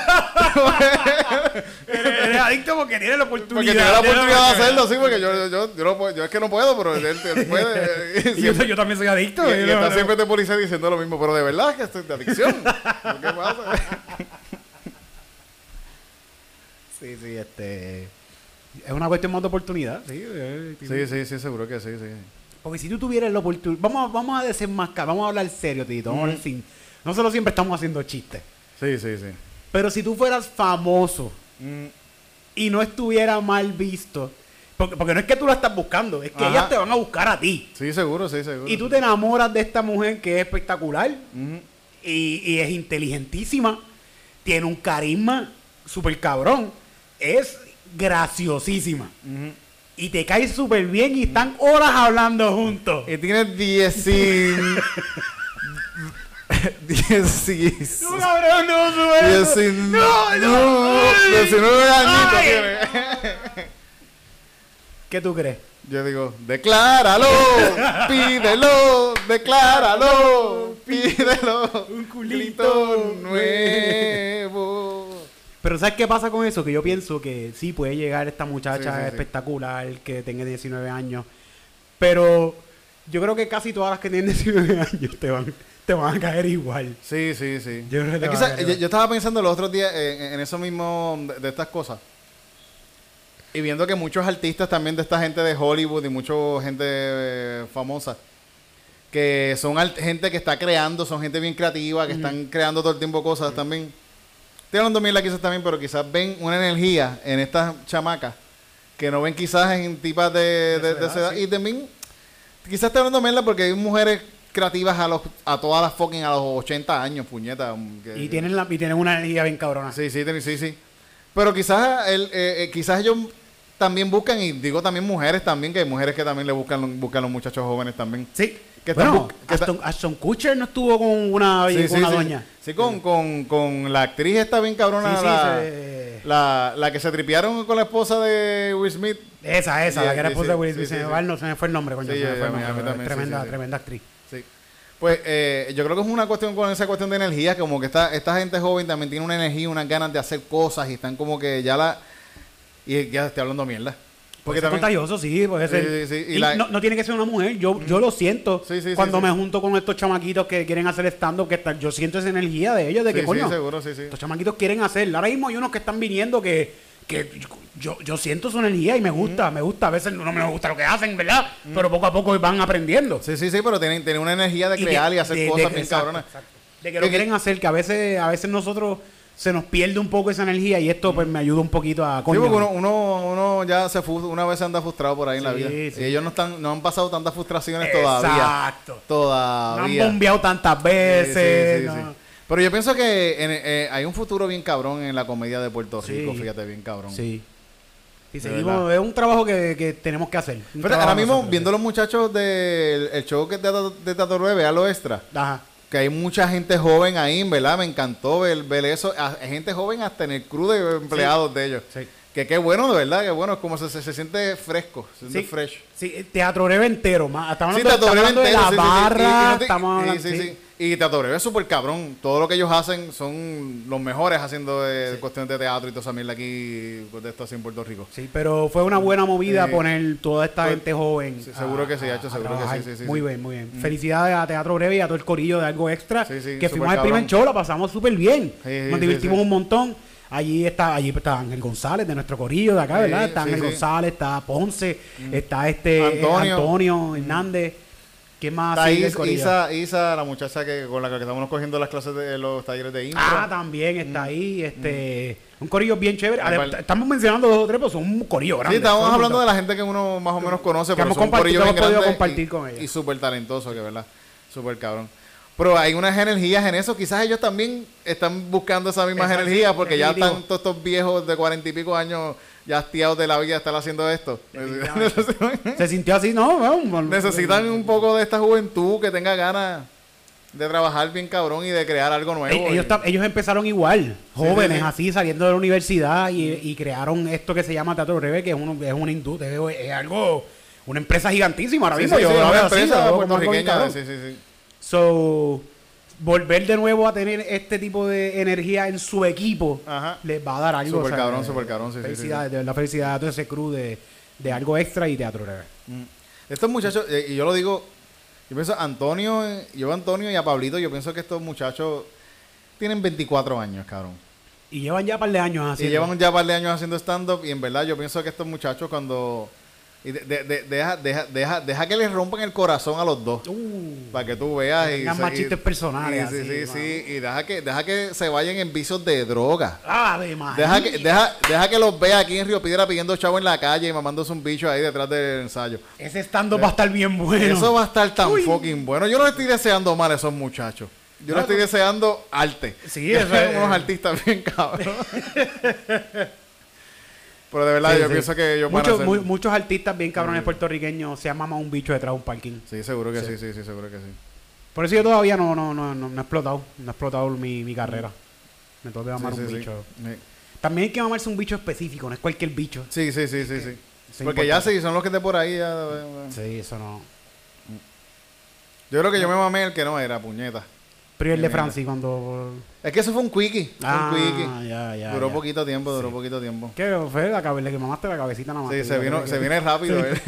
Eres adicto porque tienes la oportunidad. Porque tiene la oportunidad de hacerlo, sí, porque yo es que no puedo, pero él puede. Yo también soy adicto. Y está siempre de policía diciendo lo mismo, pero de verdad que estoy de adicción. ¿Qué pasa? Sí, es una cuestión más de oportunidad, sí. Sí, seguro que sí. Porque si tú tuvieras la oportunidad... Vamos a desenmascarar, vamos a hablar serio, Tito. Vamos a hablar sin... Nosotros siempre estamos haciendo chistes. Sí. Pero si tú fueras famoso y no estuviera mal visto... Porque no es que tú la estás buscando, es que ellas te van a buscar a ti. Sí, seguro. Y tú te enamoras de esta mujer que es espectacular y es inteligentísima, tiene un carisma súper cabrón, es graciosísima. Y te cae súper bien y están horas hablando juntos. Y tienes 19 añitos tiene. ¿Qué tú crees? Yo digo, decláralo, pídelo, decláralo, pídelo. Un culito nuevo. Pero ¿sabes qué pasa con eso? Que yo pienso que sí puede llegar esta muchacha espectacular que tenga 19 años. Pero yo creo que casi todas las que tienen 19 años te van a caer igual. Sí. Yo estaba pensando los otros días en eso mismo de estas cosas. Y viendo que muchos artistas también de esta gente de Hollywood y mucha gente famosa, que son gente que está creando, son gente bien creativa, que están creando todo el tiempo cosas también. Estoy hablando mierda quizás también, pero quizás ven una energía en estas chamacas que no ven quizás en tipas de esa edad. Y también, quizás estoy hablando mierda porque hay mujeres creativas a todas las fucking a los 80 años, puñeta. Y tienen una energía bien cabrona. Sí. Pero quizás ellos también buscan, y digo también mujeres también, que hay mujeres que también le buscan a los muchachos jóvenes también. Sí. Ashton Kutcher no estuvo con una doña. Sí, con la actriz esta bien cabrona, la que se tripearon con la esposa de Will Smith. Esa, la que era esposa de Will Smith. Se me fue el nombre, coño. Sí, Tremenda actriz. Sí. Pues yo creo que es una cuestión con esa cuestión de energía, como que esta gente joven también tiene una energía, unas ganas de hacer cosas y están como que y ya estoy hablando mierda. Porque es contagioso, sí, puede ser. Sí. Y no tiene que ser una mujer, yo lo siento. Cuando me junto con estos chamaquitos que quieren hacer stand-up, yo siento esa energía de ellos, de que coño, seguro. Estos chamaquitos quieren hacer. Ahora mismo hay unos que están viniendo que yo siento su energía y me gusta. A veces no me gusta lo que hacen, ¿verdad? Pero poco a poco van aprendiendo. Sí, pero tienen una energía de crear y hacer cosas bien cabronas. De que lo quieren hacer, que a veces nosotros se nos pierde un poco esa energía y esto pues me ayuda un poquito a... Sí, porque uno ya una vez anda frustrado por ahí en la vida. Sí. Y ellos no han pasado tantas frustraciones todavía. Exacto. Todavía. No han bombeado tantas veces. Sí. Pero yo pienso que hay un futuro bien cabrón en la comedia de Puerto Rico, fíjate, bien cabrón. Sí. Si seguimos, es un trabajo que tenemos que hacer. Pero ahora mismo, viendo los muchachos del show que es de Tato 9, a lo extra. Ajá. Que hay mucha gente joven ahí, ¿verdad? Me encantó ver eso. Hay gente joven hasta en el crew de empleados de ellos. Sí. Que qué bueno, de verdad, que bueno. Es como se siente fresco, se siente fresh. Sí, Teatro Breve entero. Estamos hablando de la barra. Y Teatro Breve es súper cabrón. Todo lo que ellos hacen son los mejores haciendo cuestiones de teatro y toda esa mierda aquí, de esto así en Puerto Rico. Sí, pero fue una buena movida poner toda esta gente joven. Sí, seguro que sí, seguro que sí. Muy bien. Felicidades a Teatro Breve y a todo el corillo de Algo Extra. Que fuimos al primer show, la pasamos súper bien. Nos divertimos un montón. Allí está Ángel González de nuestro corillo de acá, ¿verdad? Está Ángel González, está Ponce, está Antonio Hernández. ¿Qué más? Está Isa, la muchacha con la que estamos cogiendo las clases de los talleres de impro. También está ahí. Un corillo bien chévere. Estamos mencionando 2 o 3, pero son un corillo grande. Sí, estamos hablando de la gente que uno más o menos conoce, pero son un corillo bien grande compartir con ella. Y súper talentoso, que verdad, súper cabrón. Pero hay unas energías en eso. Quizás ellos también están buscando esas mismas energías porque ya están todos estos viejos de 40 y pico años ya hastiados de la vida estar haciendo esto. Se sintió así, ¿no? Necesitan un poco de esta juventud que tenga ganas de trabajar bien cabrón y de crear algo nuevo. Ellos empezaron igual, jóvenes, así, saliendo de la universidad y crearon esto que se llama Teatro Breve, que es una industria, es algo, una empresa gigantísima ahora mismo. Yo lo veo así, puertorriqueña. Sí. So, volver de nuevo a tener este tipo de energía en su equipo les va a dar algo. Súper cabrón. Felicidades, de verdad, felicidades a todo ese crew de Algo Extra y Teatro Breve. Estos muchachos, y yo lo digo, yo pienso a Antonio y a Pablito, yo pienso que estos muchachos tienen 24 años, cabrón. Y llevan ya un par de años haciendo. Y llevan ya un par de años haciendo stand-up. Y en verdad yo pienso que estos muchachos cuando... deja que les rompan el corazón a los dos. Para que tú veas. Y más chistes personales. Sí. Y deja que se vayan en vicios de droga. Deja que los vea aquí en Río Piedra pidiendo chavo en la calle y mamándose un bicho ahí detrás del ensayo. Ese stand-up va a estar bien bueno. Eso va a estar tan fucking bueno. Yo no le estoy deseando mal a esos muchachos. Yo le estoy deseando arte. Sí, eso es. Unos artistas bien cabros. Pero de verdad, yo pienso que ellos muchos artistas bien cabrones puertenriqueños se han mamado un bicho detrás de un parking. Sí, seguro que sí, seguro que sí. Por eso yo todavía no he explotado. No he explotado mi carrera. Me tengo que mamar un bicho. Sí. También hay que mamarse un bicho específico, no es cualquier bicho. Sí. Porque ya sí, son los que te por ahí. Sí, eso no. Yo creo que yo me mamé el que no era, puñeta. Pero el de Francis cuando... Es que eso fue un quickie. Ya. Duró poquito tiempo. ¿Qué fue? Le que mamaste la cabecita nada más. Sí, se viene rápido. Sí.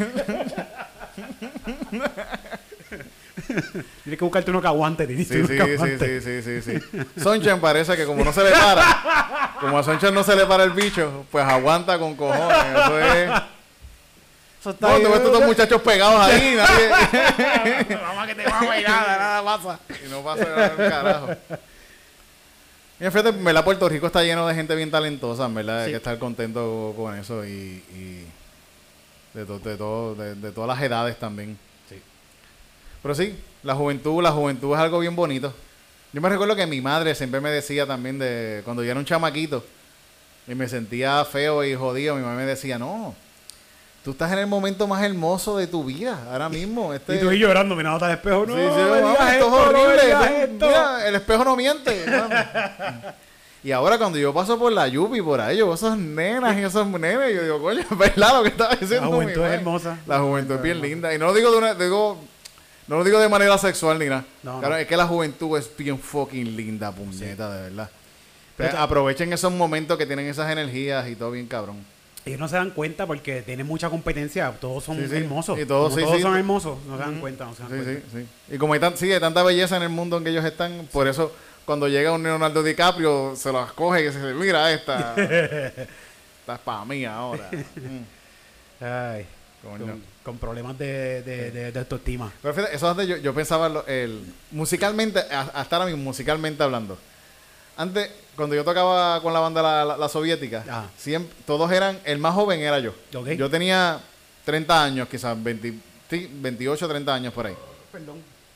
Tienes que buscarte uno que aguante. Sí. Sunshine parece que como no se le para, como a Sunshine no se le para el bicho, pues aguanta con cojones. Eso es... Te ves estos dos muchachos pegados ahí. Vamos a que te vamos y nada pasa. Y no pasa nada, carajo. Y en frente, en verdad, Puerto Rico está lleno de gente bien talentosa, en verdad. Hay que estar contento con eso y de todas las edades también. Sí. Pero sí, la juventud es algo bien bonito. Yo me recuerdo que mi madre siempre me decía también de cuando yo era un chamaquito y me sentía feo y jodido, mi mamá me decía, no, tú estás en el momento más hermoso de tu vida, ahora mismo. Y tú ahí llorando, mirándote al espejo. No, esto es horrible. Mira, el espejo no miente. Y ahora cuando yo paso por la Yupi, por ahí, yo veo esas nenas y esos nenes, yo digo, coño, es verdad lo que estaba diciendo. La juventud es hermosa. La juventud es bien linda. Y no lo digo no lo digo de manera sexual ni nada. Claro, es que la juventud es bien fucking linda, puñeta, de verdad. Pero aprovechen esos momentos que tienen esas energías y todo bien cabrón. Ellos no se dan cuenta porque tienen mucha competencia. Todos son hermosos. Y todos son hermosos. No se dan cuenta. Sí. Y como hay tanta belleza en el mundo en que ellos están, por eso cuando llega un Leonardo DiCaprio se las coge y se dice, mira esta. Esta es para mí ahora. Ay, con problemas de autoestima. Pero fíjate, eso antes yo pensaba musicalmente, hasta ahora mismo, musicalmente hablando. Antes, cuando yo tocaba con la banda la soviética, siempre, todos eran, el más joven era yo. Okay. Yo tenía 30 años, quizás 28, 30 años por ahí. Perdón.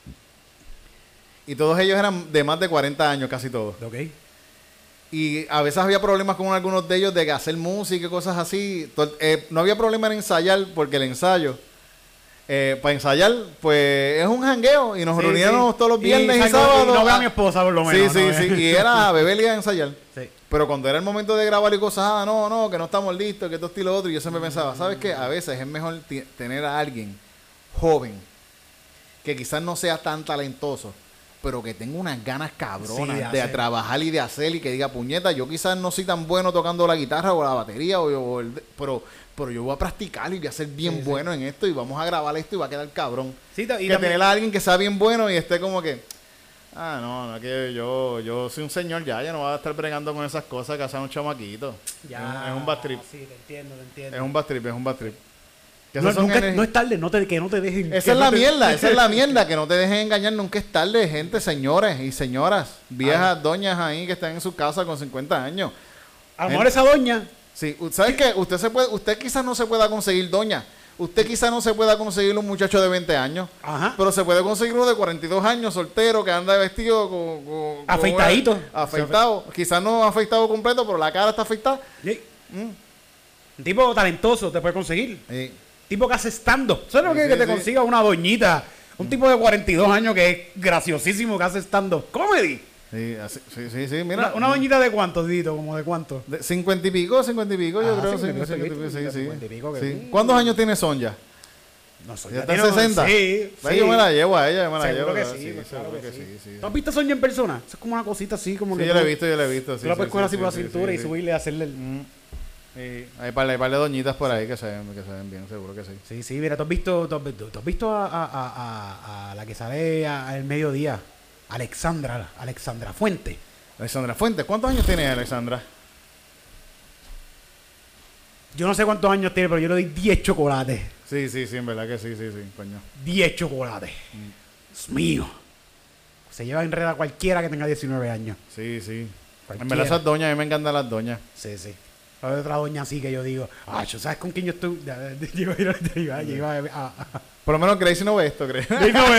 Y todos ellos eran de más de 40 años, casi todos. Okay. Y a veces había problemas con algunos de ellos de hacer música y cosas así. No había problema en ensayar, porque el ensayo... para ensayar, pues es un jangueo y nos reuníamos todos los viernes y sábados. Y no veo a mi esposa por lo menos. Sí. Y era a beber y a ensayar. Sí. Pero cuando era el momento de grabar y cosas, no, que no estamos listos, que esto y lo otro, y yo siempre pensaba, ¿sabes qué? A veces es mejor tener a alguien joven que quizás no sea tan talentoso, pero que tenga unas ganas cabronas de trabajar y de hacer y que diga, puñeta, yo quizás no soy tan bueno tocando la guitarra o la batería, pero yo voy a practicar y voy a ser bien bueno en esto y vamos a grabar esto y va a quedar cabrón. Sí, que tener a alguien que sea bien bueno y esté como que, no, que yo soy un señor ya no voy a estar bregando con esas cosas que hacen un chamaquito. Ya. Es un bad trip. Sí, te entiendo. Es un bad trip. No es tarde, que no te dejen... Esa es la mierda, que no te dejen engañar, nunca es tarde, gente, señores y señoras, viejas doñas ahí que están en su casa con 50 años. A lo mejor esa doña... Sí, ¿sabes qué? Usted quizás no se pueda conseguir doña, usted quizás no se pueda conseguir un muchacho de 20 años, pero se puede conseguir uno de 42 años, soltero, que anda vestido con afeitadito. Afeitado, quizás no afeitado completo, pero la cara está afeitada. Sí. Un tipo talentoso te puede conseguir. Sí. Tipo que hace stand-up. ¿Sabes lo que te consiga una doñita? Un tipo de 42 años que es graciosísimo, que hace stand-up comedy. Sí, mira. ¿Una doñita de cuántos, Dito? ¿Como de cuánto? De 50 y pico, yo creo. 50 y pico. ¿Cuántos años tiene Sonja? No, Sonja ¿Ya está en 60? Sí. Yo me la llevo a ella, Seguro que sí, claro que sí. ¿Tú has visto a Sonja en persona? Eso es como una cosita así, como que... Sí, yo la he visto. Tú la puedes coger así por la cintura y subirle a hacerle el... Hay par de doñitas por ahí que se ven bien, seguro que sí. Sí, mira, ¿tú has visto a la que sale al mediodía? Alexandra Fuente. Alexandra Fuente, ¿cuántos años tiene Alexandra? Yo no sé cuántos años tiene, pero yo le doy 10 chocolates. Sí, en verdad que sí, coño. 10 chocolates. Dios mío. Se lleva enreda a cualquiera que tenga 19 años. Sí. Cualquiera. En verdad esas doñas, a mí me encantan las doñas. Sí. Hay otra doña así que yo digo, ¿sabes con quién yo estoy? Yo iba a Por lo menos Gracie no ve esto, creo.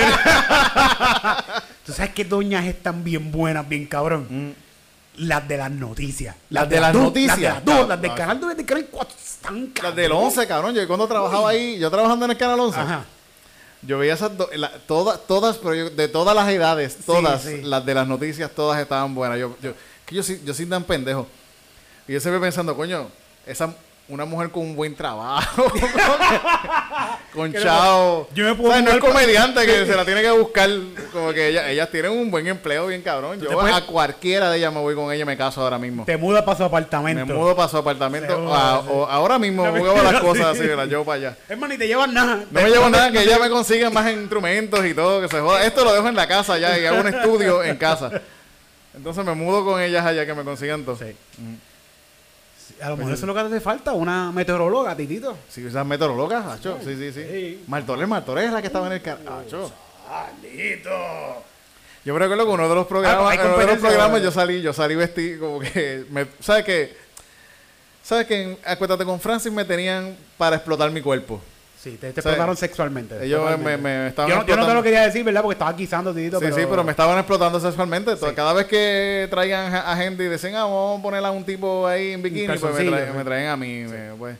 ¿Tú sabes qué doñas están bien buenas, bien cabrón? Las de las noticias. Las de las noticias. Las del canal 2, del canal 4 están cabrón. Las del 11, cabrón. Yo cuando trabajaba ahí, yo trabajando en el canal 11. Ajá. Yo veía esas todas, pero de todas las edades, todas, sí. Las de las noticias, todas estaban buenas. Yo soy tan pendejo. Y yo siempre pensando, coño, una mujer con un buen trabajo, con chao. Yo me puedo no es comediante que se la tiene que buscar, como que ellas tienen un buen empleo bien cabrón. Yo a cualquiera de ellas me voy con ella y me caso ahora mismo. Te mudas para su apartamento. Me mudo para su apartamento. Ahora mismo voy a las cosas así, las llevo para allá. Es más, ni te llevas nada. No me llevo nada, que ella me consiga más instrumentos y todo, que se joda. Esto lo dejo en la casa ya y hago un estudio en casa. Entonces me mudo con ellas allá que me consigan todo. Sí. A lo mejor eso es lo que hace falta, una meteoróloga, Titito. Sí, esas meteorólogas, Acho. Sí. Martorell es la que estaba en el canal. Acho. ¡Salito! Yo recuerdo que uno de los programas, yo salí vestido como que... ¿Sabes qué? ¿Sabes que en Acuéstate con Francis me tenían para explotar mi cuerpo? Sí, te explotaron sexualmente. Ellos me estaban explotando. Yo no te lo quería decir, ¿verdad? Porque estaba guisando, Titito. Sí, pero me estaban explotando sexualmente. Sí. Cada vez que traían a gente y decían, vamos a ponerle a un tipo ahí en bikini, pues me traen a mí, sí. Pues.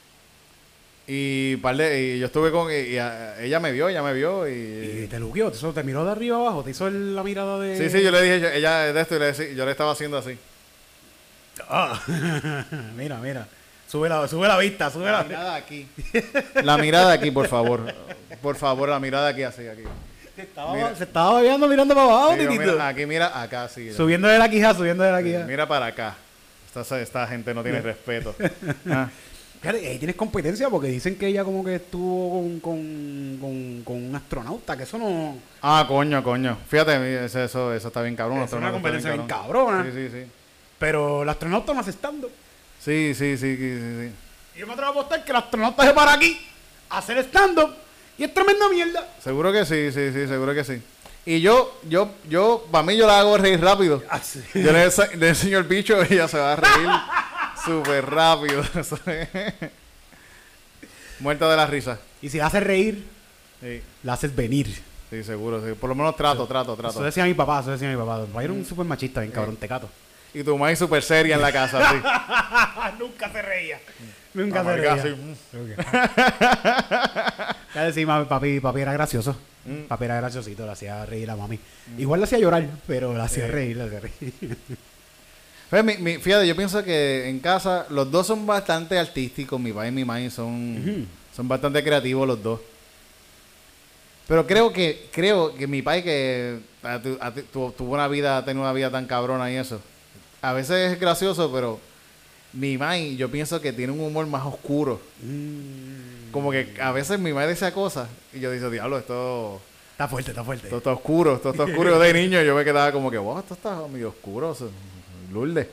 Y yo estuve con... ella me vio. Y te luqueó, te miró de arriba abajo, te hizo la mirada de... Sí, yo le dije, ella de esto, y yo le estaba haciendo así. Mira. Sube la vista, la mirada aquí. La mirada aquí, por favor. Por favor, la mirada aquí, así, aquí. Se estaba babeando mirando para abajo, sí, mira, acá, sí. Subiendo de la quija. Mira para acá. Esta gente no tiene respeto. Ahí tienes competencia porque dicen que ella como que estuvo con un astronauta, que eso no... Coño. Fíjate, eso está bien cabrón. Es una competencia bien cabrona. Sí. Pero el astronauta no hace stand-up. Sí. Y yo me atrevo a apostar que el astronauta se para aquí a hacer stand-up y es tremenda mierda. Seguro que sí, seguro que sí. Y yo, para mí yo la hago reír rápido. Sí. Yo le enseño el bicho y ella se va a reír súper rápido. Muerta de la risa. Y si la haces reír, sí, la haces venir. Sí, seguro, sí. Por lo menos trato. Eso decía mi papá. Va a ir un súper machista, bien cabrón, tecato. Y tu mamá es súper seria en la casa, sí. Nunca se reía. Ya decimos, papi era gracioso. Papi era graciosito, le hacía reír a mami. Igual le hacía llorar, pero le hacía reír. Fíjate, yo pienso que en casa los dos son bastante artísticos. Mi papá y mi mami son bastante creativos los dos. Pero creo que mi padre que tuvo ha tenido una vida tan cabrona y eso. A veces es gracioso, pero mi mãe, yo pienso que tiene un humor más oscuro. Como que a veces mi madre dice cosas y yo digo, diablo, esto... Está fuerte. Esto está oscuro, Yo de niño yo me quedaba como que, wow, esto está medio oscuro, Lourdes.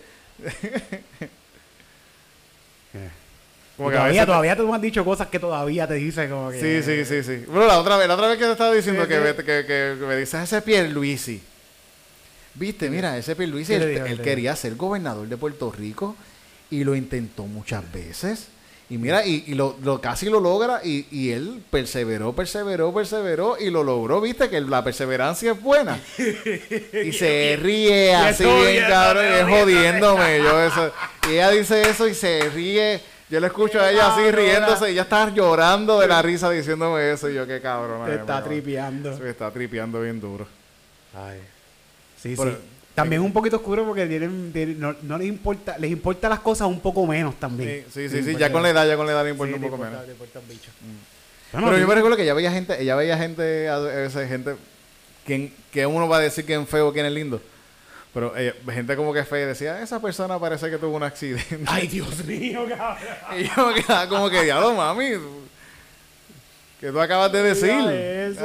Como que todavía tú me has dicho cosas que todavía te dice como que... Sí. Bueno, la otra vez que te estaba diciendo que me dices ese Pierluisi. Viste, mira, ese Pierluisi, él quería ser gobernador de Puerto Rico y lo intentó muchas veces. Y mira, y lo casi lo logra y él perseveró y lo logró. Viste que la perseverancia es buena. Y se ríe así bien cabrón, y es jodiéndome. Y ella dice eso y se ríe. Yo le escucho a ella así riéndose y ella está llorando de la risa diciéndome eso. Y yo, qué cabrón. Te está tripeando. Se me está tripeando bien duro. Ay. Sí. También un poquito oscuro porque no les importa las cosas un poco menos también. Sí. Ya con la edad le importa un poco menos. Pero yo me recuerdo que ella veía gente, a veces gente, que uno va a decir que es feo o quién es lindo. Pero gente como que fea decía, esa persona parece que tuvo un accidente. Ay, Dios mío, cabrón. Y yo me quedaba como que, diablo, mami, que tú acabas de decir. Eso.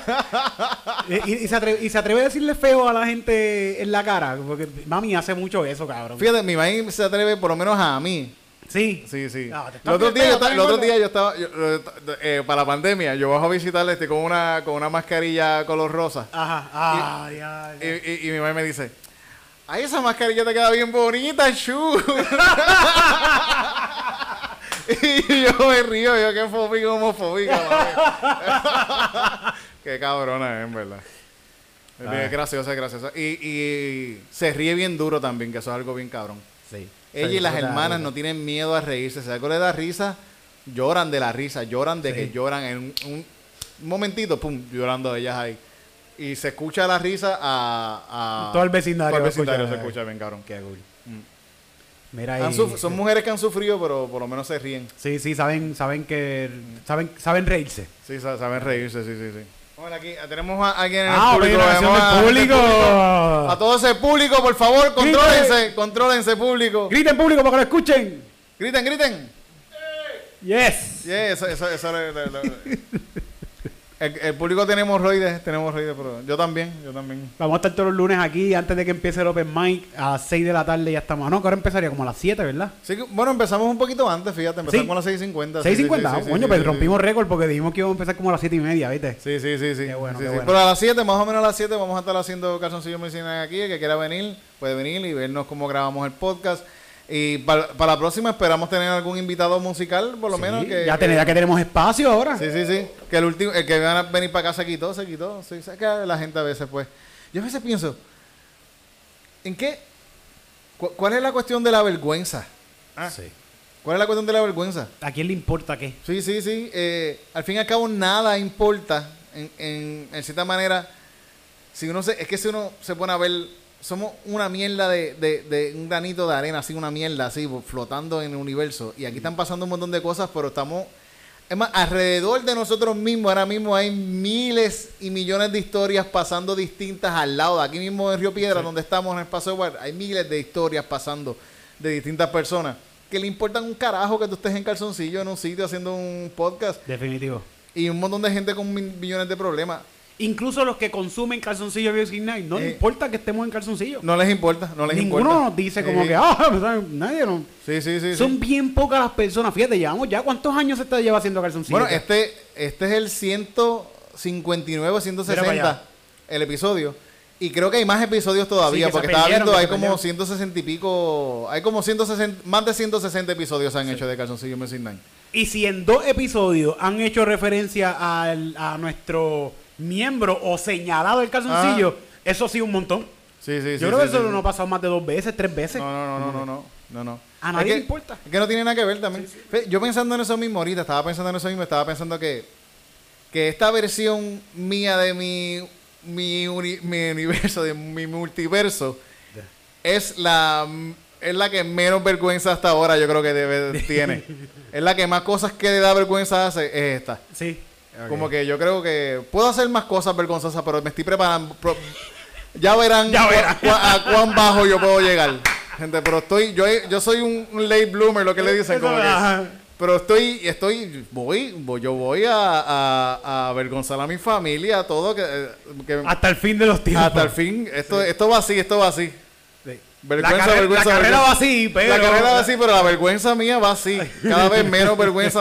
y se atreve a decirle feo a la gente en la cara. Porque mami hace mucho eso, cabrón. Fíjate, mi mami se atreve, por lo menos a mí, Sí. Sí. No, el otro día yo estaba, para la pandemia, yo bajo a visitarle con una mascarilla color rosa. Ajá. Y mi mamá me dice, ay, esa mascarilla te queda bien bonita, Shu. Y yo me río, qué homofóbica, qué cabrona es, en verdad. Es graciosa. Y se ríe bien duro también, que eso es algo bien cabrón. Sí. Ella y las hermanas no tienen miedo a reírse. Si algo le da risa, lloran de la risa, lloran de que lloran en un momentito, pum, llorando ellas ahí. Y se escucha la risa a todo el vecindario. Todo el vecindario se escucha bien, cabrón. Qué cool. Mira ahí. Son mujeres que han sufrido, pero por lo menos se ríen. Sí, saben reírse. Sí, saben reírse, sí. Bueno, aquí tenemos a alguien en el público. Del público. A todo ese público, por favor, contrólense, público. Griten público para que lo escuchen. Griten. Yes. Eso el público tiene hemorroides, pero yo también. Vamos a estar todos los lunes aquí antes de que empiece el Open Mic a las 6 de la tarde. Ya estamos. No, que ahora empezaría como a las 7, ¿verdad? Sí, bueno, empezamos un poquito antes, fíjate. Empezamos a las 6:50. 6:50. Coño, pues rompimos récord porque dijimos que íbamos a empezar como a las 7:30, ¿viste? Sí. Qué bueno. Pero a las 7, más o menos a las 7, vamos a estar haciendo Calzoncillo Medicinal aquí. El que quiera venir, puede venir y vernos cómo grabamos el podcast. Y para la próxima esperamos tener algún invitado musical, por lo menos. Ya que tenemos espacio ahora. Sí. Que el que van a venir para acá se quitó. Sí, sé que la gente a veces, pues. Yo a veces pienso, ¿en qué? ¿Cuál es la cuestión de la vergüenza? Sí. ¿Cuál es la cuestión de la vergüenza? ¿A quién le importa qué? Sí. Al fin y al cabo, nada importa. En cierta manera, si uno se pone a ver. Somos una mierda de un granito de arena, así una mierda, así, flotando en el universo. Y aquí están pasando un montón de cosas, pero estamos... Es más, alrededor de nosotros mismos, ahora mismo hay miles y millones de historias pasando distintas al lado. Aquí mismo en Río Piedra, donde estamos en el Paseo Bar, hay miles de historias pasando de distintas personas que le importan un carajo que tú estés en calzoncillo en un sitio haciendo un podcast. Definitivo. Y un montón de gente con millones de problemas. Incluso los que consumen calzoncillo Music Night, no les importa que estemos en calzoncillo. No les importa. Ninguno nos dice como que, nadie no. Sí. Son bien pocas las personas. Fíjate, llevamos ya, ¿cuántos años se lleva haciendo calzoncillo? Bueno, este es el 159, 160, el episodio. Y creo que hay más episodios todavía, porque estaba viendo, hay como 160 y pico, más de 160 episodios se han hecho de Calzoncillo Music Night. Y si en 2 episodios han hecho referencia a nuestro miembro o señalado el calzoncillo, eso sí un montón. Sí. Yo creo que eso no ha pasado más de 2 veces, 3 veces. No. A nadie le importa. Es que no tiene nada que ver también. Sí. Yo pensando en eso mismo ahorita, estaba pensando que esta versión mía de mi universo, de mi multiverso, es la que menos vergüenza hasta ahora yo creo que tiene. Es la que más cosas que le da vergüenza hace, es esta. Sí. Okay. Como que yo creo que puedo hacer más cosas vergonzosas, pero me estoy preparando. Ya verán a cuán bajo yo puedo llegar. Gente, pero yo soy un late bloomer, lo que le dicen. Como que, pero yo voy a avergonzar a mi familia, a todo. Que hasta el fin de los tiempos. Hasta el fin. Esto va así. Sí. La carrera va así, pero... La carrera va así, pero la vergüenza mía va así. Cada vez menos vergüenza.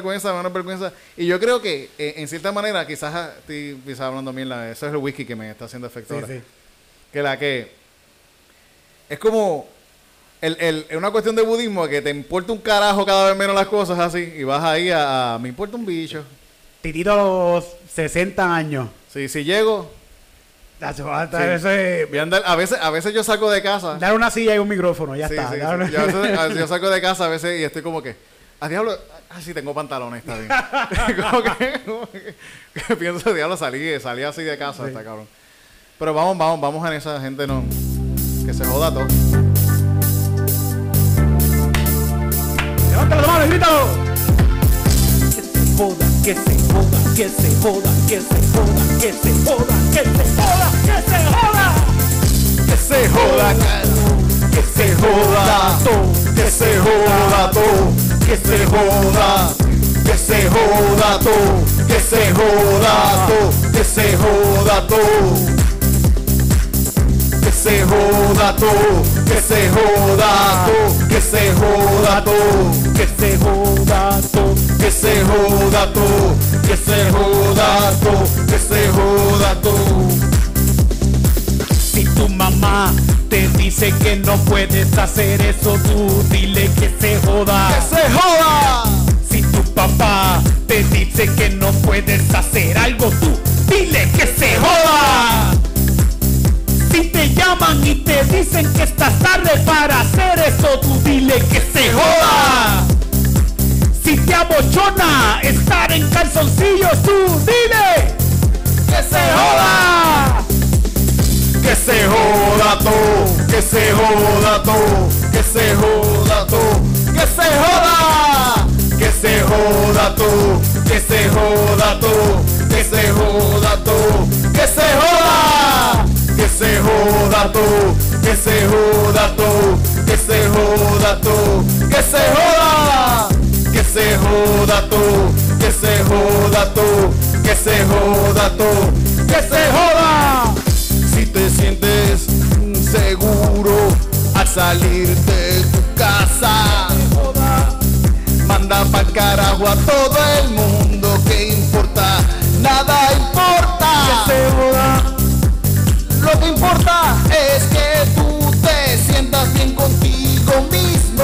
Y yo creo que, en cierta manera, quizás estoy hablando mierda, eso es el whisky que me está haciendo efecto ahora. Sí. Que es como... Es una cuestión de budismo, que te importa un carajo cada vez menos las cosas así, y vas ahí me importa un bicho. Titito a los 60 años. Sí, si llego... Voy a andar, a veces yo salgo de casa. Dar una silla y un micrófono, ya está. Sí. Yo salgo de casa a veces y estoy como que... diablo, sí tengo pantalones, está bien. como que pienso, diablo, salí así de casa, está cabrón. Pero vamos en esa gente, no... Que se joda todo. ¡Levanta la mano y grítalo! Que se joda. Que se joda todo. se joda todo, que se joda todo, que se joda todo, que se joda todo, que se joda todo, que se joda todo, que se joda todo. Si tu mamá te dice que no puedes hacer eso, tú dile que se joda. ¡Que se joda! Si tu papá te dice que no puedes hacer algo, tú dile que se joda. Si te llaman y te dicen que estás tarde para hacer eso, tú dile que se joda. Si te abochona estar en calzoncillos, tú dile que se joda. Que se joda todo, que se joda todo, que se joda todo, que se joda, que se joda todo, que se joda todo, que se joda todo, que se joda, que se joda todo, que se joda todo, que se joda todo, que se joda, que se joda todo, que se joda todo, que se joda todo, que se joda. Si te sientes seguro al salir de tu casa, manda pa'l carajo a todo el mundo, que importa, nada importa. Que se joda. Lo que importa es que tú te sientas bien contigo mismo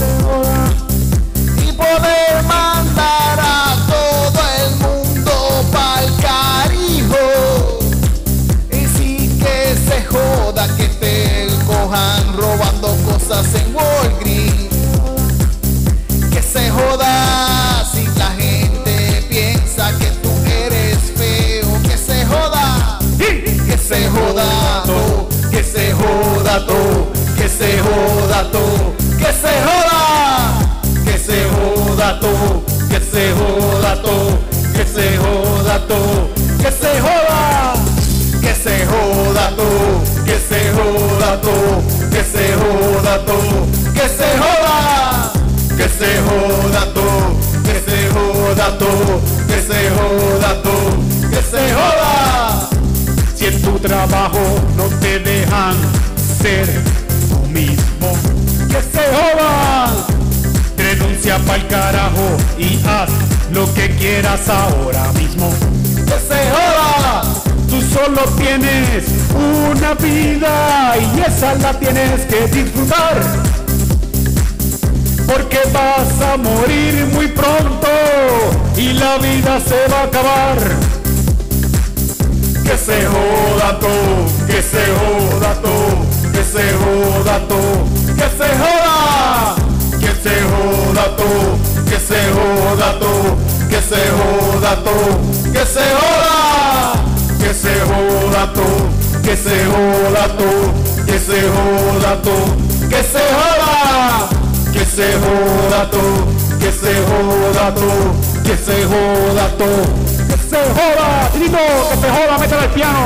y poder mandar a todo el mundo pa'l carijo. Y sí que se joda que te cojan robando cosas en Walgreens. Que se joda si la gente piensa que tú eres feo. Que se joda. Que se joda todo, que se joda todo, que se joda todo, que se joda, que se joda todo, que se joda todo, que se joda todo, que se joda, que se joda todo, que se joda todo, que se joda todo, que se joda, que se joda todo, que se joda todo, que se joda todo, que se joda. Si en tu trabajo no te dejan ser tú mismo, que se joda. Renuncia pa'l carajo y haz lo que quieras ahora mismo. Que se joda. Tú solo tienes una vida y esa la tienes que disfrutar. Porque vas a morir muy pronto y la vida se va a acabar. Que se joda todo, que se joda todo, que se joda todo, que se joda, que se joda todo, que se joda todo, que se joda todo, que se joda, que se joda todo, que se joda todo, que se joda todo, que se joda, que se joda todo, que se joda todo, que se joda todo. ¡Que se joda! ¡Grito! ¡Que se joda! ¡Métele al piano!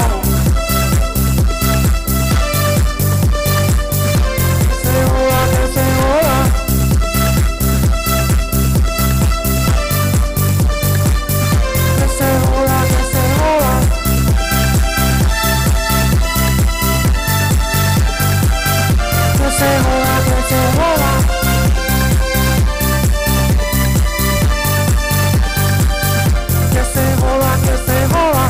¡Que se joda! ¡Que se joda! ¡Que se joda! ¡Que se joda! ¡Que se joda! ¡Que se joda! Que se joda, que se joda.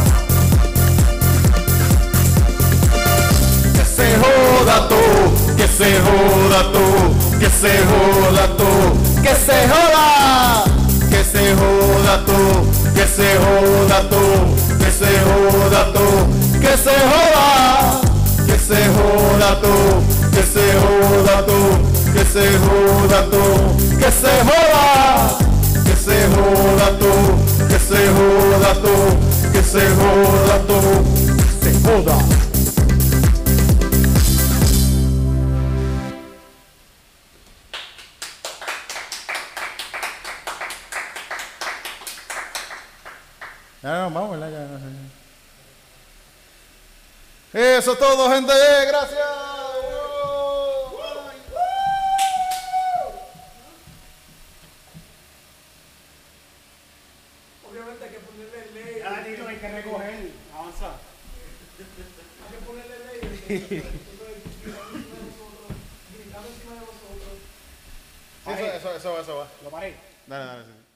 Que se joda todo, que se joda todo, que se joda todo, que se joda, que se joda todo, que se joda todo, que se joda todo, que se joda, que se joda todo, que se joda todo, que se joda todo, que se joda, que se joda todo, que se joda todo, que se joda todo, Se joda. Ya no, vamos, ¿verdad? Ya, no sé. Eso es todo, gente. Gracias. Obviamente hay que ponerle ley. Ah, Tito, hay que recoger. Avanza. Hay que ponerle ley. Sí, eso va. Lo bajé. Dale, sí.